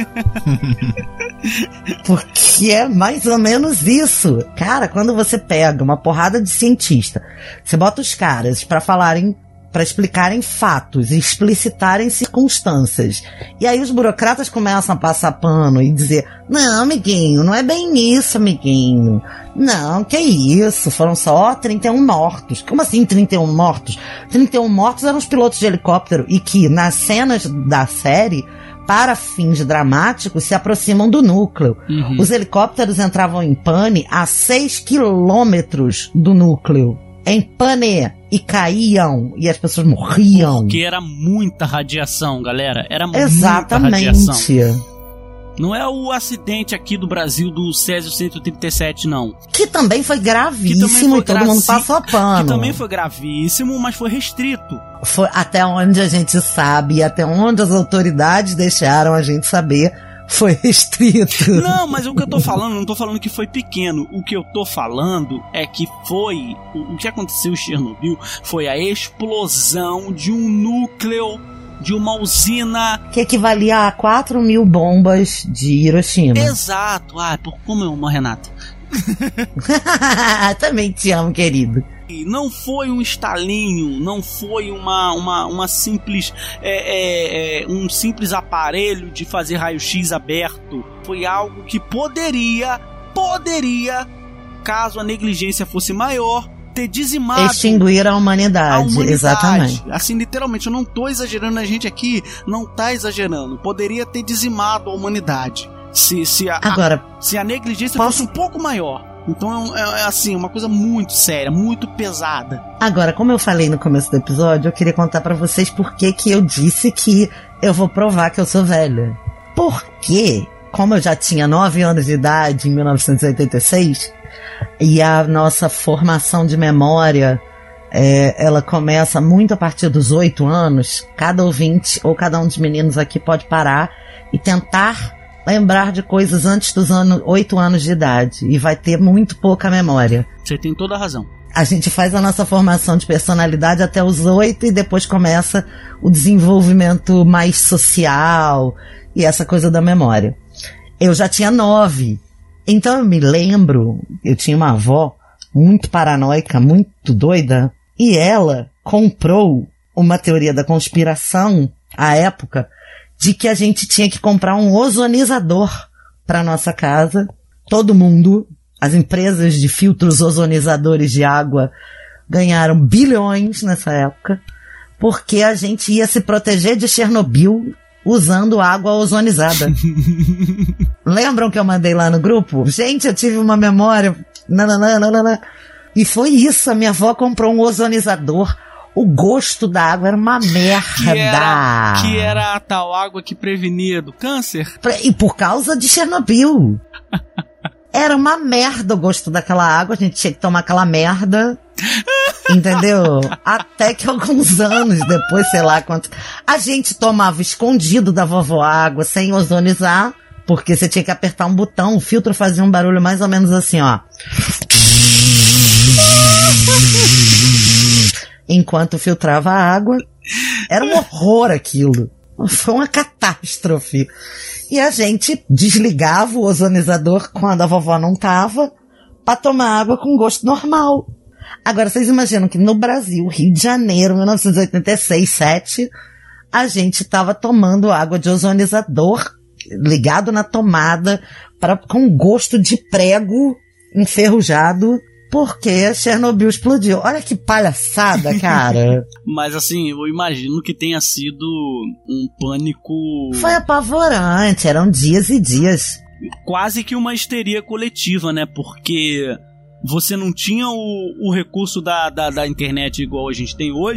Porque é mais ou menos isso. Cara, quando você pega uma porrada de cientista, você bota os caras pra falarem, pra explicarem fatos e explicitarem circunstâncias. E aí os burocratas começam a passar pano e dizer: não, amiguinho, não é bem isso, amiguinho. Não, que isso, foram só 31 mortos. Como assim 31 mortos? 31 mortos eram os pilotos de helicóptero e que, nas cenas da série, para fins dramáticos, se aproximam do núcleo. Os helicópteros entravam em pane a 6 quilômetros do núcleo. Em pane, e caíam, e as pessoas morriam. Porque era muita radiação, galera. Era Exatamente. Muita radiação. Não é o acidente aqui do Brasil do Césio 137, não. Que também foi gravíssimo e todo mundo passou pano. Que também foi gravíssimo, mas foi restrito. Foi até onde a gente sabe, até onde as autoridades deixaram a gente saber, foi restrito. Não, mas o que eu tô falando, não tô falando que foi pequeno. O que eu tô falando é que foi... O que aconteceu em Chernobyl foi a explosão de um núcleo, de uma usina... que equivalia a 4.000 bombas de Hiroshima. Exato. Como eu amo, Renato. Também te amo, querido. Não foi um estalinho, não foi uma simples um simples aparelho de fazer raio-x aberto. Foi algo que poderia, caso a negligência fosse maior, ter dizimado, extinguir a humanidade. Exatamente. Assim, literalmente, eu não tô exagerando, a gente aqui não tá exagerando. Poderia ter dizimado a humanidade se a negligência fosse um pouco maior. Então é assim, uma coisa muito séria, muito pesada. Agora, como eu falei no começo do episódio, eu queria contar pra vocês por que eu disse que eu vou provar que eu sou velha. Porque, como eu já tinha 9 anos de idade em 1986, e a nossa formação de memória, ela começa muito a partir dos 8 anos, cada ouvinte ou cada um dos meninos aqui pode parar e tentar lembrar de coisas antes dos 8 anos de idade, e vai ter muito pouca memória. Você tem toda a razão. A gente faz a nossa formação de personalidade até os 8 e depois começa o desenvolvimento mais social e essa coisa da memória. Eu já tinha 9, então eu me lembro, eu tinha uma avó muito paranoica, muito doida, e ela comprou uma teoria da conspiração, à época, de que a gente tinha que comprar um ozonizador para nossa casa. Todo mundo, as empresas de filtros ozonizadores de água ganharam bilhões nessa época, porque a gente ia se proteger de Chernobyl usando água ozonizada. Lembram que eu mandei lá no grupo? Gente, eu tive uma memória. E foi isso, a minha avó comprou um ozonizador. O gosto da água era uma merda. Que era a tal água que prevenia do câncer. E por causa de Chernobyl. Era uma merda o gosto daquela água. A gente tinha que tomar aquela merda. Entendeu? Até que alguns anos depois, sei lá quanto, a gente tomava escondido da vovó água, sem ozonizar. Porque você tinha que apertar um botão. O filtro fazia um barulho mais ou menos assim, ó. Enquanto filtrava a água. Era um horror aquilo. Foi uma catástrofe. E a gente desligava o ozonizador quando a vovó não tava, pra tomar água com gosto normal. Agora, vocês imaginam que no Brasil, Rio de Janeiro, 1986, 7, a gente tava tomando água de ozonizador, ligado na tomada, com gosto de prego enferrujado, porque Chernobyl explodiu. Olha que palhaçada, cara. Mas assim, eu imagino que tenha sido um pânico... Foi apavorante, eram dias e dias. Quase que uma histeria coletiva, né? Porque você não tinha o recurso da internet igual a gente tem hoje,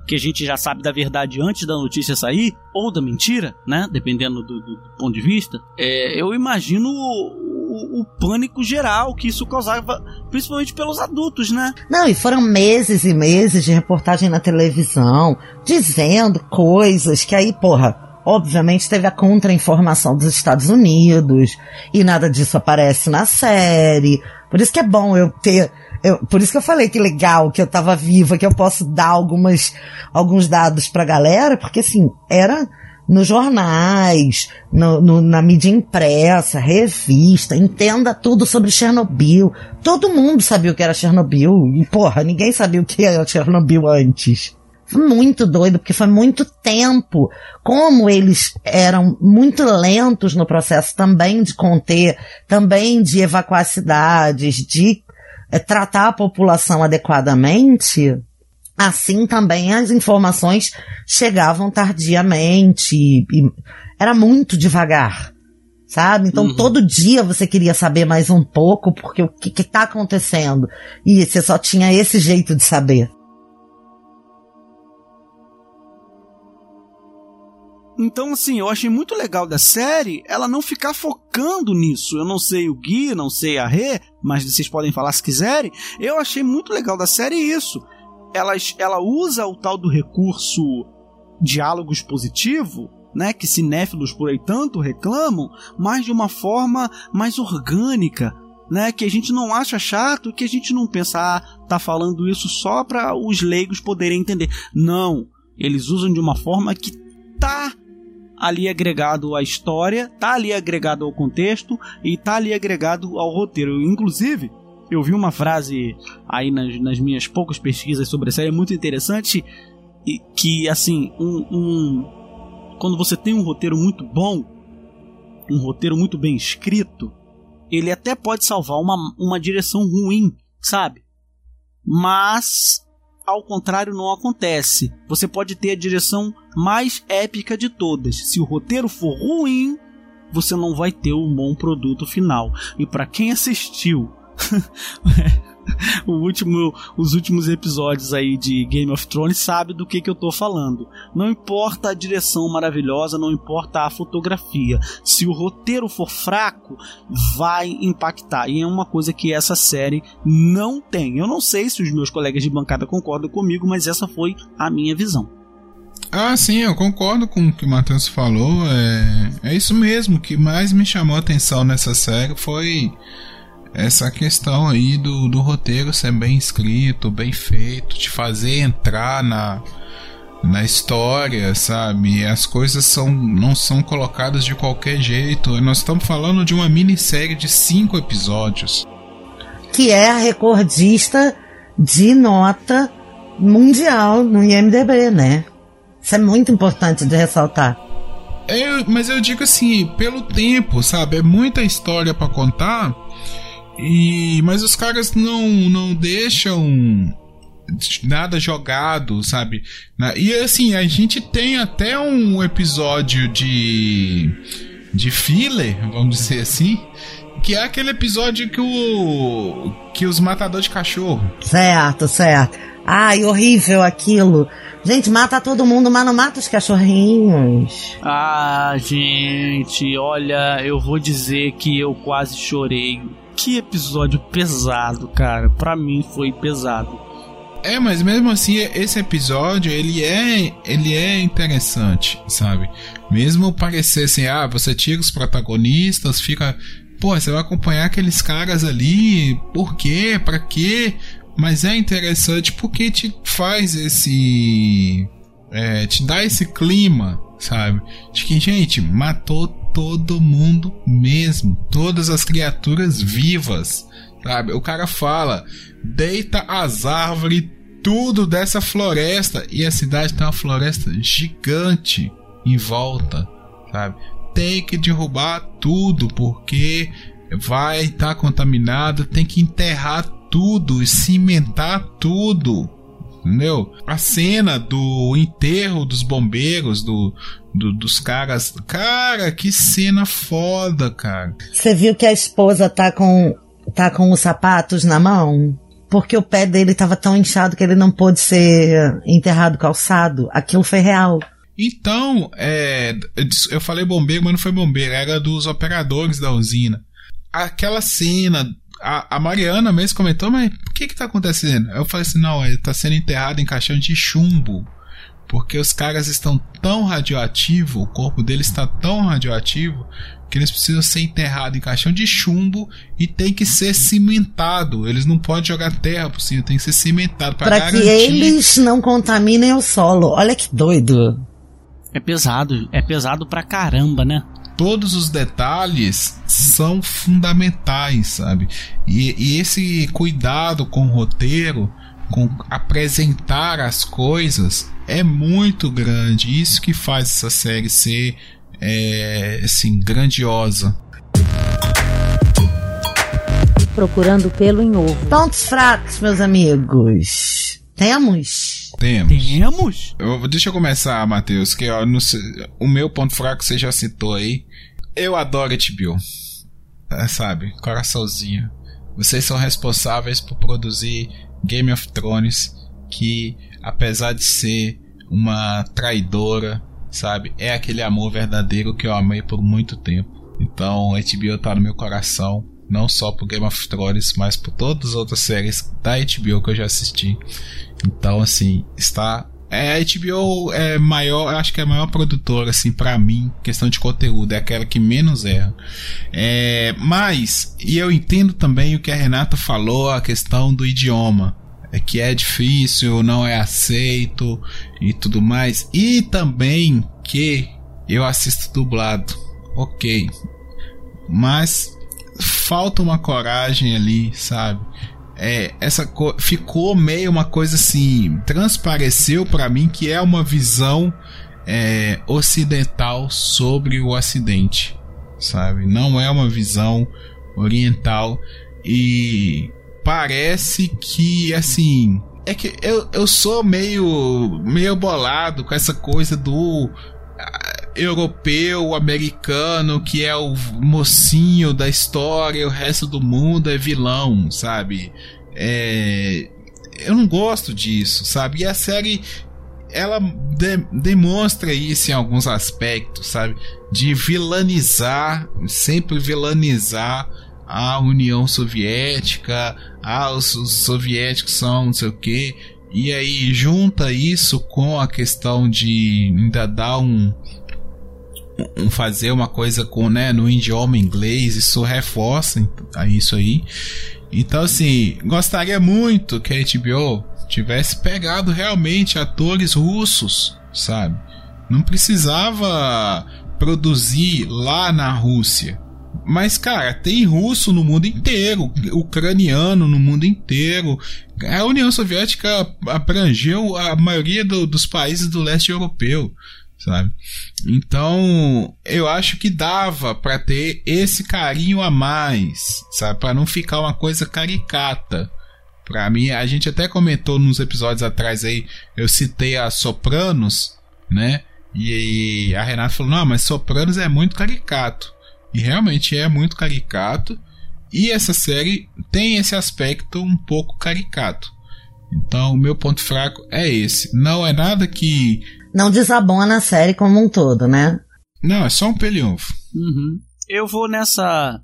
que a gente já sabe da verdade antes da notícia sair, ou da mentira, né? Dependendo do ponto de vista. Eu imagino o pânico geral que isso causava, principalmente pelos adultos, né? Não, e foram meses e meses de reportagem na televisão, dizendo coisas que aí, obviamente teve a contra-informação dos Estados Unidos, e nada disso aparece na série. Por isso que é bom por isso que eu falei que legal que eu tava viva, que eu posso dar alguns dados pra galera, porque assim, era nos jornais, na mídia impressa, revista, entenda tudo sobre Chernobyl. Todo mundo sabia o que era Chernobyl, e ninguém sabia o que era Chernobyl antes. Foi muito doido, porque foi muito tempo. Como eles eram muito lentos no processo também de conter, também de evacuar cidades, de tratar a população adequadamente, assim também as informações chegavam tardiamente e era muito devagar, sabe? Então todo dia você queria saber mais um pouco, porque o que está acontecendo? E você só tinha esse jeito de saber. Então, assim, eu achei muito legal da série ela não ficar focando nisso. Eu não sei o Gui, não sei a Rê, mas vocês podem falar se quiserem. Eu achei muito legal da série isso. Ela usa o tal do recurso diálogo expositivo, né, que cinéfilos por aí tanto reclamam, mas de uma forma mais orgânica, né, que a gente não acha chato, que a gente não pensa, tá falando isso só para os leigos poderem entender. Não, eles usam de uma forma que tá ali agregado à história, tá ali agregado ao contexto e tá ali agregado ao roteiro. Inclusive, eu vi uma frase aí nas minhas poucas pesquisas sobre a série muito interessante, que assim, quando você tem um roteiro muito bom, um roteiro muito bem escrito, ele até pode salvar uma direção ruim, sabe? Mas ao contrário não acontece. Você pode ter a direção mais épica de todas. Se o roteiro for ruim, você não vai ter um bom produto final. E para quem assistiu os últimos episódios aí de Game of Thrones sabe do que eu tô falando. Não importa a direção maravilhosa, não importa a fotografia, se o roteiro for fraco, vai impactar, e é uma coisa que essa série não tem. Eu não sei se os meus colegas de bancada concordam comigo, mas essa foi a minha visão. Ah, sim, eu concordo com o que o Matheus falou. É isso mesmo. O que mais me chamou a atenção nessa série foi essa questão aí do roteiro ser bem escrito, bem feito, te fazer entrar na história, sabe? As coisas não são colocadas de qualquer jeito. Nós estamos falando de uma minissérie de 5 episódios. Que é a recordista de nota mundial no IMDb, né? Isso é muito importante de ressaltar. Mas eu digo assim, pelo tempo, sabe? É muita história pra contar. Mas os caras não deixam nada jogado, sabe? E assim, a gente tem até um episódio de filler, vamos dizer assim, que é aquele episódio que os matadores de cachorro. Certo. Ai, horrível aquilo. Gente, mata todo mundo, mas não mata os cachorrinhos. Ah, gente, olha, eu vou dizer que eu quase chorei. Que episódio pesado, cara. Pra mim foi pesado. Mas mesmo assim, esse episódio, ele é interessante, sabe? Mesmo parecer assim, você tira os protagonistas, fica... Pô, você vai acompanhar aqueles caras ali, por quê? Pra quê? Mas é interessante porque te faz esse... te dá esse clima, sabe? De que, gente, matou todo mundo mesmo. Todas as criaturas vivas, sabe? O cara fala, deita as árvores, tudo dessa floresta. E a cidade tem uma floresta gigante em volta, sabe? Tem que derrubar tudo porque vai estar contaminado. Tem que enterrar tudo e cimentar tudo, entendeu? A cena do enterro dos bombeiros, dos caras. Cara, que cena foda, cara. Você viu que a esposa tá com os sapatos na mão? porque o pé dele estava tão inchado que ele não pôde ser enterrado calçado. Aquilo foi real. Então, eu falei bombeiro, mas não foi bombeiro, era dos operadores da usina. Aquela cena, a Mariana mesmo comentou, mas por que tá acontecendo? Eu falei assim, não, ele tá sendo enterrado em caixão de chumbo, porque os caras estão tão radioativos, o corpo deles está tão radioativo, que eles precisam ser enterrados em caixão de chumbo e tem que ser cimentado. Eles não podem jogar terra por cima, tem que ser cimentado para garantir que eles não contaminem o solo. Olha que doido. É pesado pra caramba, né? Todos os detalhes são fundamentais, sabe? E esse cuidado com o roteiro, com apresentar as coisas, é muito grande. Isso que faz essa série ser assim, grandiosa. Procurando pelo em ovo. Pontos fracos, meus amigos. Temos? Deixa eu começar, Matheus, que ó, o meu ponto fraco você já citou aí. Eu adoro HBO, sabe? Coraçãozinho. Vocês são responsáveis por produzir Game of Thrones, que apesar de ser uma traidora, sabe? É aquele amor verdadeiro que eu amei por muito tempo. Então, HBO tá no meu coração, não só por Game of Thrones, mas por todas as outras séries da HBO que eu já assisti. Então, assim, a HBO é maior, acho que é a maior produtora, assim, pra mim, questão de conteúdo, é aquela que menos erra. Mas, e eu entendo também o que a Renata falou, a questão do idioma, que é difícil, não é aceito e tudo mais, e também que eu assisto dublado, ok, mas falta uma coragem ali, sabe? Ficou meio uma coisa assim, transpareceu pra mim que é uma visão ocidental sobre o Ocidente, sabe? Não é uma visão oriental, e parece que assim, é que eu sou meio bolado com essa coisa do europeu, americano, que é o mocinho da história e o resto do mundo é vilão, sabe? Eu não gosto disso, sabe? E a série, ela demonstra isso em alguns aspectos, sabe? De sempre vilanizar a União Soviética, os soviéticos são não sei o que, e aí junta isso com a questão de ainda dar fazer uma coisa com, né, no idioma inglês, isso reforça isso aí. Então, assim, gostaria muito que a HBO tivesse pegado realmente atores russos, sabe? Não precisava produzir lá na Rússia. Mas, cara, tem russo no mundo inteiro, ucraniano no mundo inteiro. A União Soviética abrangeu a maioria dos países do leste europeu, sabe? Então, eu acho que dava pra ter esse carinho a mais, sabe? Pra não ficar uma coisa caricata. Pra mim, a gente até comentou nos episódios atrás aí, eu citei a Sopranos, né? E a Renata falou, não, mas Sopranos é muito caricato. E realmente é muito caricato. E essa série tem esse aspecto um pouco caricato. Então, o meu ponto fraco é esse. Não é nada que... não desabona a série como um todo, né? Não, é só um peliunfo. Uhum. Eu vou nessa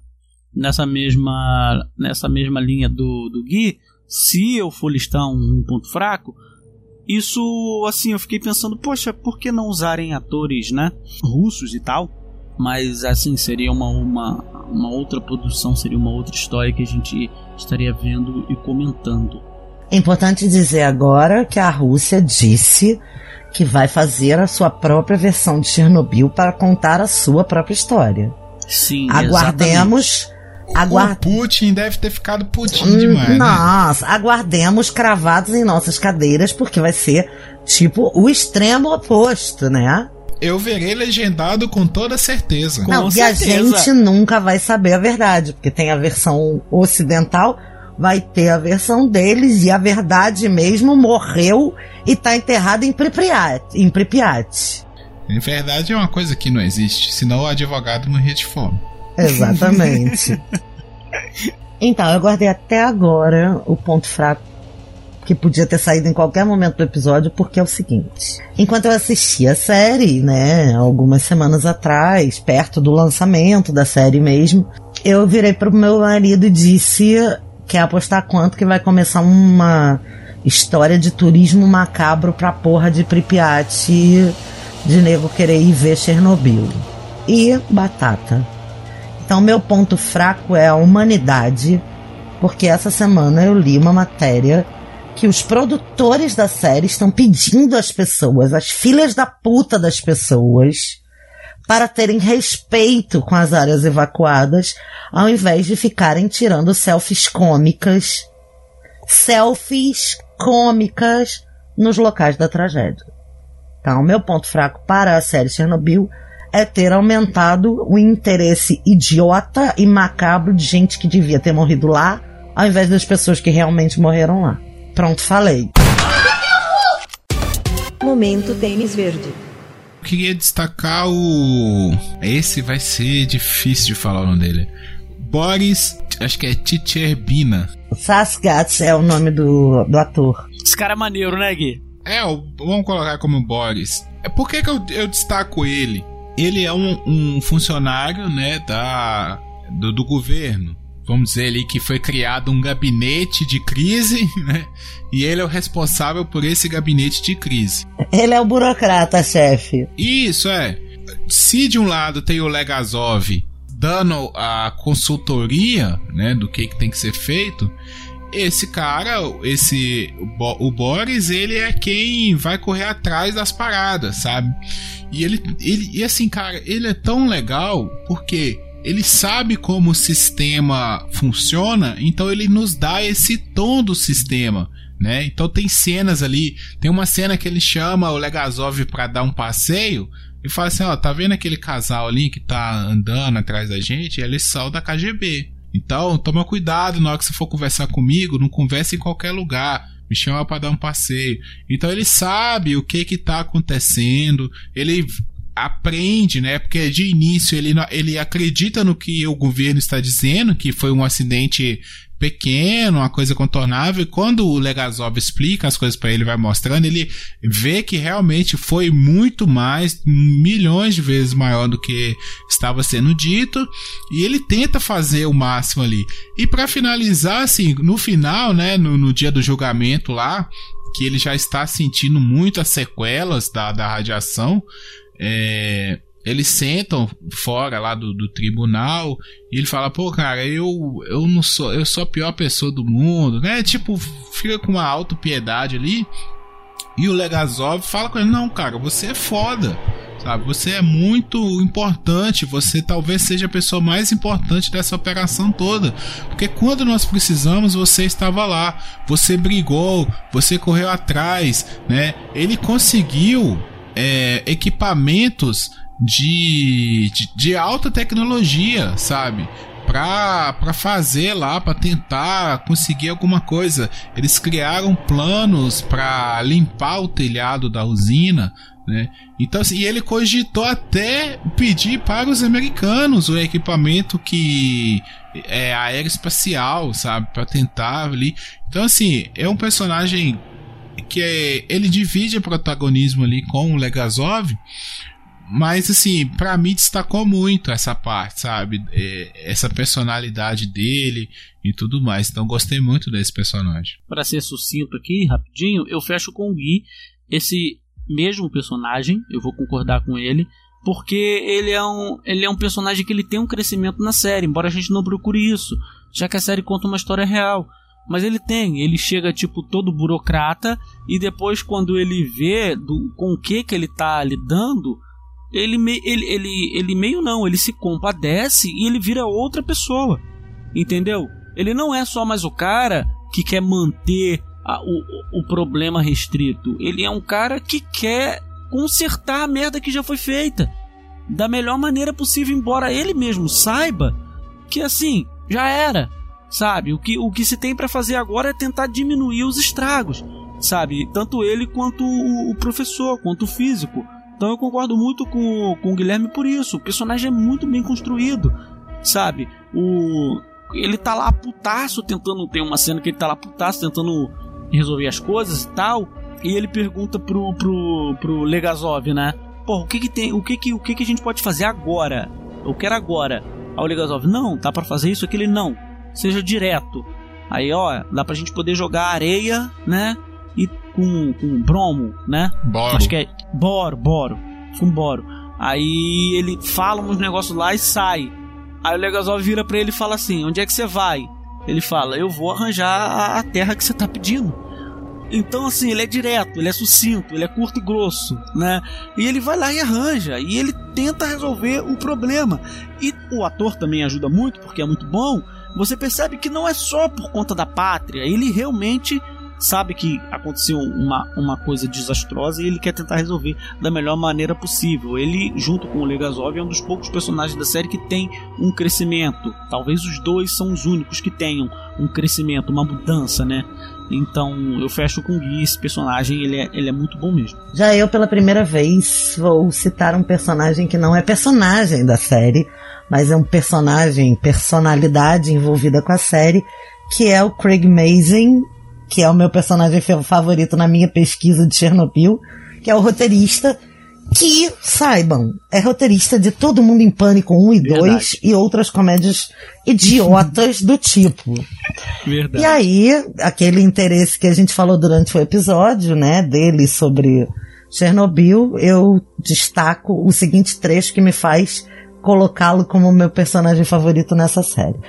mesma linha do Gui. Se eu for listar um ponto fraco, isso, assim, eu fiquei pensando, poxa, por que não usarem atores, né, russos e tal? Mas, assim, seria uma outra produção, seria uma outra história que a gente estaria vendo e comentando. É importante dizer agora que a Rússia disse que vai fazer a sua própria versão de Chernobyl para contar a sua própria história. Sim, aguardemos. O Putin deve ter ficado putinho demais. Nossa, né? Aguardemos cravados em nossas cadeiras, porque vai ser tipo o extremo oposto, né? Eu verei legendado com toda certeza. Não, e a gente nunca vai saber a verdade, porque tem a versão ocidental, vai ter a versão deles, e a verdade mesmo morreu e tá enterrada em Pripyat. Em verdade é uma coisa que não existe, senão o advogado morria de fome. Exatamente. Então, eu guardei até agora o ponto fraco, que podia ter saído em qualquer momento do episódio, porque é o seguinte. Enquanto eu assistia a série, né, algumas semanas atrás, perto do lançamento da série mesmo, eu virei pro meu marido e disse: quer apostar quanto que vai começar uma história de turismo macabro pra porra de Pripyat, de nego querer ir ver Chernobyl. E batata. Então, meu ponto fraco é a humanidade, porque essa semana eu li uma matéria que os produtores da série estão pedindo às pessoas, as filhas da puta das pessoas, para terem respeito com as áreas evacuadas, ao invés de ficarem tirando selfies cômicas nos locais da tragédia. Então, o meu ponto fraco para a série Chernobyl é ter aumentado o interesse idiota e macabro de gente que devia ter morrido lá, ao invés das pessoas que realmente morreram lá. Pronto, falei. Momento tênis verde. Eu queria destacar esse vai ser difícil de falar o nome dele. Boris, acho que é Tcherbina. Sarsgaard é o nome do ator. Esse cara é maneiro, né, Gui? Vamos colocar como Boris. Por que eu destaco ele? Ele é um funcionário, né, do governo. Vamos dizer ali que foi criado um gabinete de crise, né? E ele é o responsável por esse gabinete de crise. Ele é o burocrata, chefe. Isso, Se de um lado tem o Legazov dando a consultoria, né, do que tem que ser feito, esse cara, o Boris, ele é quem vai correr atrás das paradas, sabe? E assim, cara, ele é tão legal porque ele sabe como o sistema funciona, então ele nos dá esse tom do sistema, né? Então tem cenas ali, tem uma cena que ele chama o Legazov pra dar um passeio e fala assim, tá vendo aquele casal ali que tá andando atrás da gente? Eles são da KGB. Então toma cuidado na hora que você for conversar comigo, não converse em qualquer lugar, me chama pra dar um passeio. Então ele sabe o que tá acontecendo, ele aprende, né? Porque de início ele acredita no que o governo está dizendo, que foi um acidente pequeno, uma coisa contornável, e quando o Legazov explica as coisas para ele, vai mostrando, ele vê que realmente foi muito mais, milhões de vezes maior do que estava sendo dito, e ele tenta fazer o máximo ali. E para finalizar, assim, no final, né, no dia do julgamento lá, que ele já está sentindo muito as sequelas da radiação, eles sentam fora lá do tribunal e ele fala, pô, cara, eu sou a pior pessoa do mundo, né? Tipo, fica com uma autopiedade ali. E o Legazov fala com ele, não, cara, você é foda, sabe? Você é muito importante, você talvez seja a pessoa mais importante dessa operação toda, porque quando nós precisamos, você estava lá, você brigou, você correu atrás, né? Ele conseguiu equipamentos de alta tecnologia, sabe? Pra fazer lá, pra tentar conseguir alguma coisa. Eles criaram planos pra limpar o telhado da usina, né? Então, assim, e ele cogitou até pedir para os americanos o equipamento que é aeroespacial, sabe? Pra tentar ali. Então, assim, é um personagem que ele divide o protagonismo ali com o Legazov, mas assim, pra mim destacou muito essa parte, sabe? Essa personalidade dele e tudo mais. Então gostei muito desse personagem. Pra ser sucinto aqui, rapidinho, eu fecho com o Gui. Esse mesmo personagem, eu vou concordar com ele, porque ele é um personagem que ele tem um crescimento na série, embora a gente não procure isso, já que a série conta uma história real. Mas ele chega tipo todo burocrata, e depois quando ele vê com o que ele tá lidando, ele se compadece e ele vira outra pessoa, entendeu? Ele não é só mais o cara que quer manter o problema restrito, ele é um cara que quer consertar a merda que já foi feita da melhor maneira possível, embora ele mesmo saiba que assim, já era. Sabe, o que se tem pra fazer agora é tentar diminuir os estragos, sabe, tanto ele quanto o professor, quanto o físico. Então eu concordo muito com o Guilherme por isso. O personagem é muito bem construído, sabe, ele tá lá putaço tentando... Tem uma cena que ele tá lá putaço tentando resolver as coisas e tal. E ele pergunta pro Legazov, né? Pô, o que a gente pode fazer agora? Eu quero agora. Aí o Legazov, não, dá pra fazer isso, aquele não. Seja direto. Aí, ó, dá pra gente poder jogar areia, né? E com bromo, né? Boro. Acho que é boro. Com boro. Aí ele fala uns negócios lá e sai. Aí o Legazov vira pra ele e fala assim, onde é que você vai? Ele fala, eu vou arranjar a terra que você tá pedindo. Então, assim, ele é direto, ele é sucinto, ele é curto e grosso, né? E ele vai lá e arranja, e ele tenta resolver o problema. E o ator também ajuda muito, porque é muito bom. Você percebe que não é só por conta da pátria, ele realmente sabe que aconteceu uma coisa desastrosa e ele quer tentar resolver da melhor maneira possível. Ele, junto com o Legazov, é um dos poucos personagens da série que tem um crescimento. Talvez os dois são os únicos que tenham um crescimento, uma mudança, né? Então eu fecho com o Gui, esse personagem ele é muito bom mesmo. Já eu, pela primeira vez, vou citar um personagem que não é personagem da série, mas é um personalidade envolvida com a série, que é o Craig Mazin, que é o meu personagem favorito na minha pesquisa de Chernobyl, que é o roteirista, que, saibam, é roteirista de Todo Mundo em Pânico 1 e 2 e outras comédias idiotas do tipo. Verdade. E aí, aquele interesse que a gente falou durante o episódio, né, dele sobre Chernobyl, eu destaco o seguinte trecho que me faz colocá-lo como meu personagem favorito nessa série.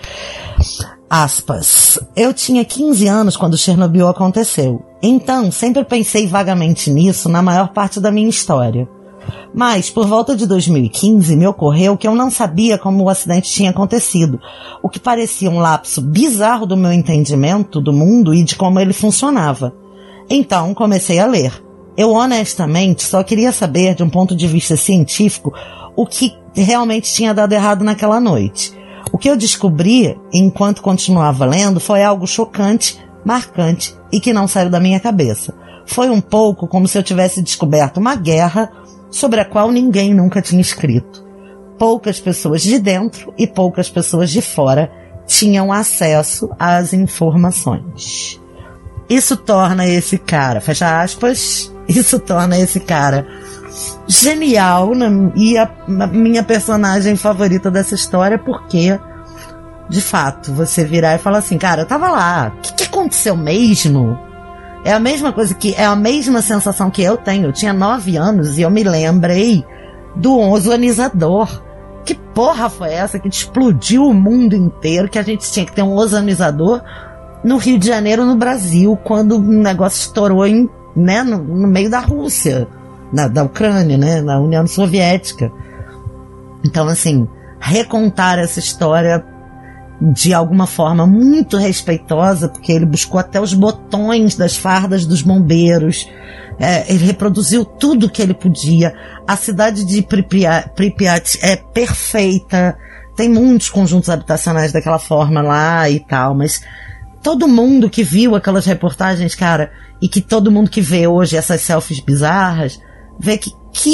Aspas. Eu tinha 15 anos quando Chernobyl aconteceu. Então, sempre pensei vagamente nisso na maior parte da minha história. Mas, por volta de 2015, me ocorreu que eu não sabia como o acidente tinha acontecido, o que parecia um lapso bizarro do meu entendimento do mundo e de como ele funcionava. Então, comecei a ler. Eu, honestamente, só queria saber, de um ponto de vista científico, o que realmente tinha dado errado naquela noite. O que eu descobri, enquanto continuava lendo, foi algo chocante, marcante e que não saiu da minha cabeça. Foi um pouco como se eu tivesse descoberto uma guerra sobre a qual ninguém nunca tinha escrito. Poucas pessoas de dentro e poucas pessoas de fora tinham acesso às informações. Isso torna esse cara, fecha aspas, isso torna esse cara genial e a minha personagem favorita dessa história, porque, de fato, você virar e falar assim, cara, eu tava lá, o que aconteceu mesmo? É a mesma coisa é a mesma sensação que eu tenho. Eu tinha 9 anos e eu me lembrei do ozonizador. Que porra foi essa que explodiu o mundo inteiro, que a gente tinha que ter um ozonizador no Rio de Janeiro, no Brasil, quando o negócio estourou no meio da Rússia, da Ucrânia, né, na União Soviética. Então, assim, recontar essa história de alguma forma muito respeitosa, porque ele buscou até os botões das fardas dos bombeiros, ele reproduziu tudo que ele podia. A cidade de Pripyat é perfeita, tem muitos conjuntos habitacionais daquela forma lá e tal, mas todo mundo que viu aquelas reportagens, cara, e que todo mundo que vê hoje essas selfies bizarras, vê que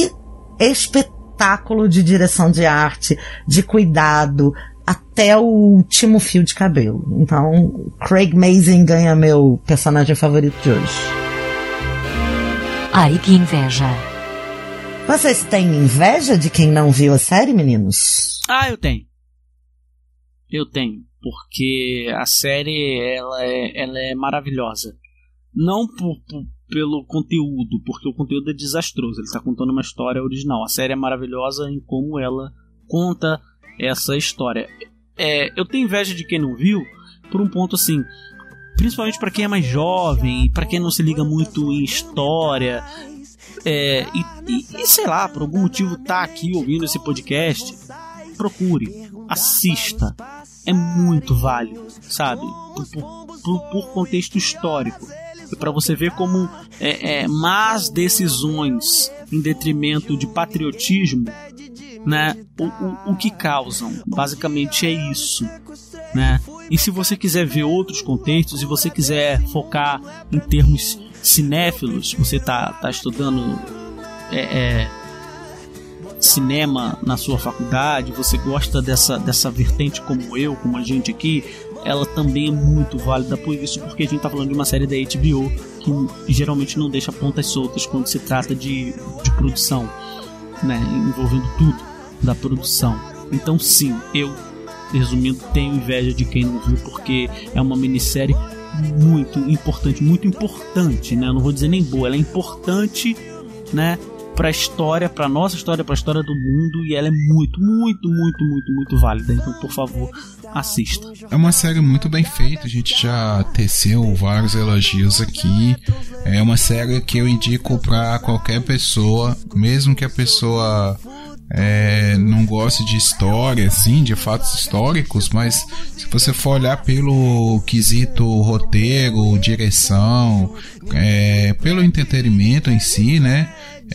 espetáculo de direção de arte, de cuidado, até o último fio de cabelo. Então, Craig Mazin ganha meu personagem favorito de hoje. Ai, que inveja. Vocês têm inveja de quem não viu a série, meninos? Ah, eu tenho. Porque a série, ela é maravilhosa. Não pelo conteúdo, porque o conteúdo é desastroso. Ele está contando uma história original. A série é maravilhosa em como ela conta essa história. Eu tenho inveja de quem não viu, por um ponto assim, principalmente para quem é mais jovem, para quem não se liga muito em história, e sei lá, por algum motivo tá aqui ouvindo esse podcast. Procure, assista, é muito válido, sabe, por contexto histórico, para você ver como más decisões em detrimento de patriotismo, né, o que causam. Basicamente é isso, né? E se você quiser ver outros contextos, se você quiser focar em termos cinéfilos, você tá estudando cinema na sua faculdade, você gosta dessa vertente como eu, como a gente aqui, ela também é muito válida por isso, porque a gente tá falando de uma série da HBO que geralmente não deixa pontas soltas quando se trata de produção, né, envolvendo tudo da produção. Então sim, eu, resumindo, tenho inveja de quem não viu, porque é uma minissérie muito importante, né? Eu não vou dizer nem boa, ela é importante, né, pra história, pra nossa história, pra história do mundo, e ela é muito válida. Então, por favor, assista. É uma série muito bem feita, a gente já teceu vários elogios aqui. É uma série que eu indico pra qualquer pessoa, mesmo que a pessoa não goste de história, assim, de fatos históricos, mas se você for olhar pelo quesito roteiro, direção, pelo entretenimento em si, né,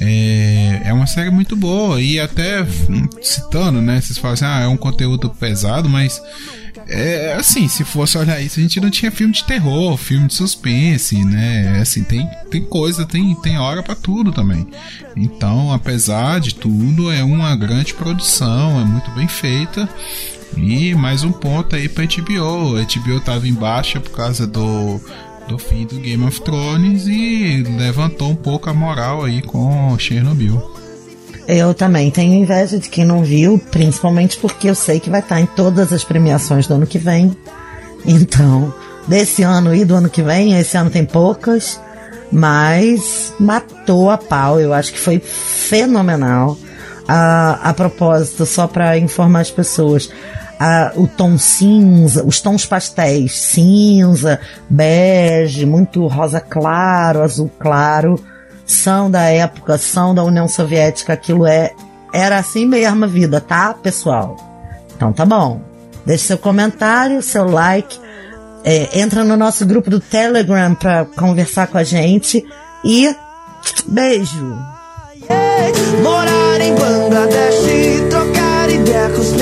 é uma série muito boa. E até citando, né, vocês falam assim, é um conteúdo pesado, mas assim, se fosse olhar isso, a gente não tinha filme de terror, filme de suspense, né? Assim, tem coisa, tem hora pra tudo também. Então, apesar de tudo, é uma grande produção, é muito bem feita. E mais um ponto aí pra HBO. A HBO tava em baixa por causa do fim do Game of Thrones e levantou um pouco a moral aí com Chernobyl. Eu também tenho inveja de quem não viu, principalmente porque eu sei que vai estar em todas as premiações do ano que vem. Então, desse ano e do ano que vem, esse ano tem poucas, mas matou a pau. Eu acho que foi fenomenal. A propósito, só para informar as pessoas, o tom cinza, os tons pastéis, cinza, bege, muito rosa claro, azul claro, são da época, são da União Soviética. Aquilo era assim mesmo a vida, tá, pessoal? Então tá bom. Deixe seu comentário, seu like, entra no nosso grupo do Telegram pra conversar com a gente e beijo! Morar em Bangladesh, trocar ideia com os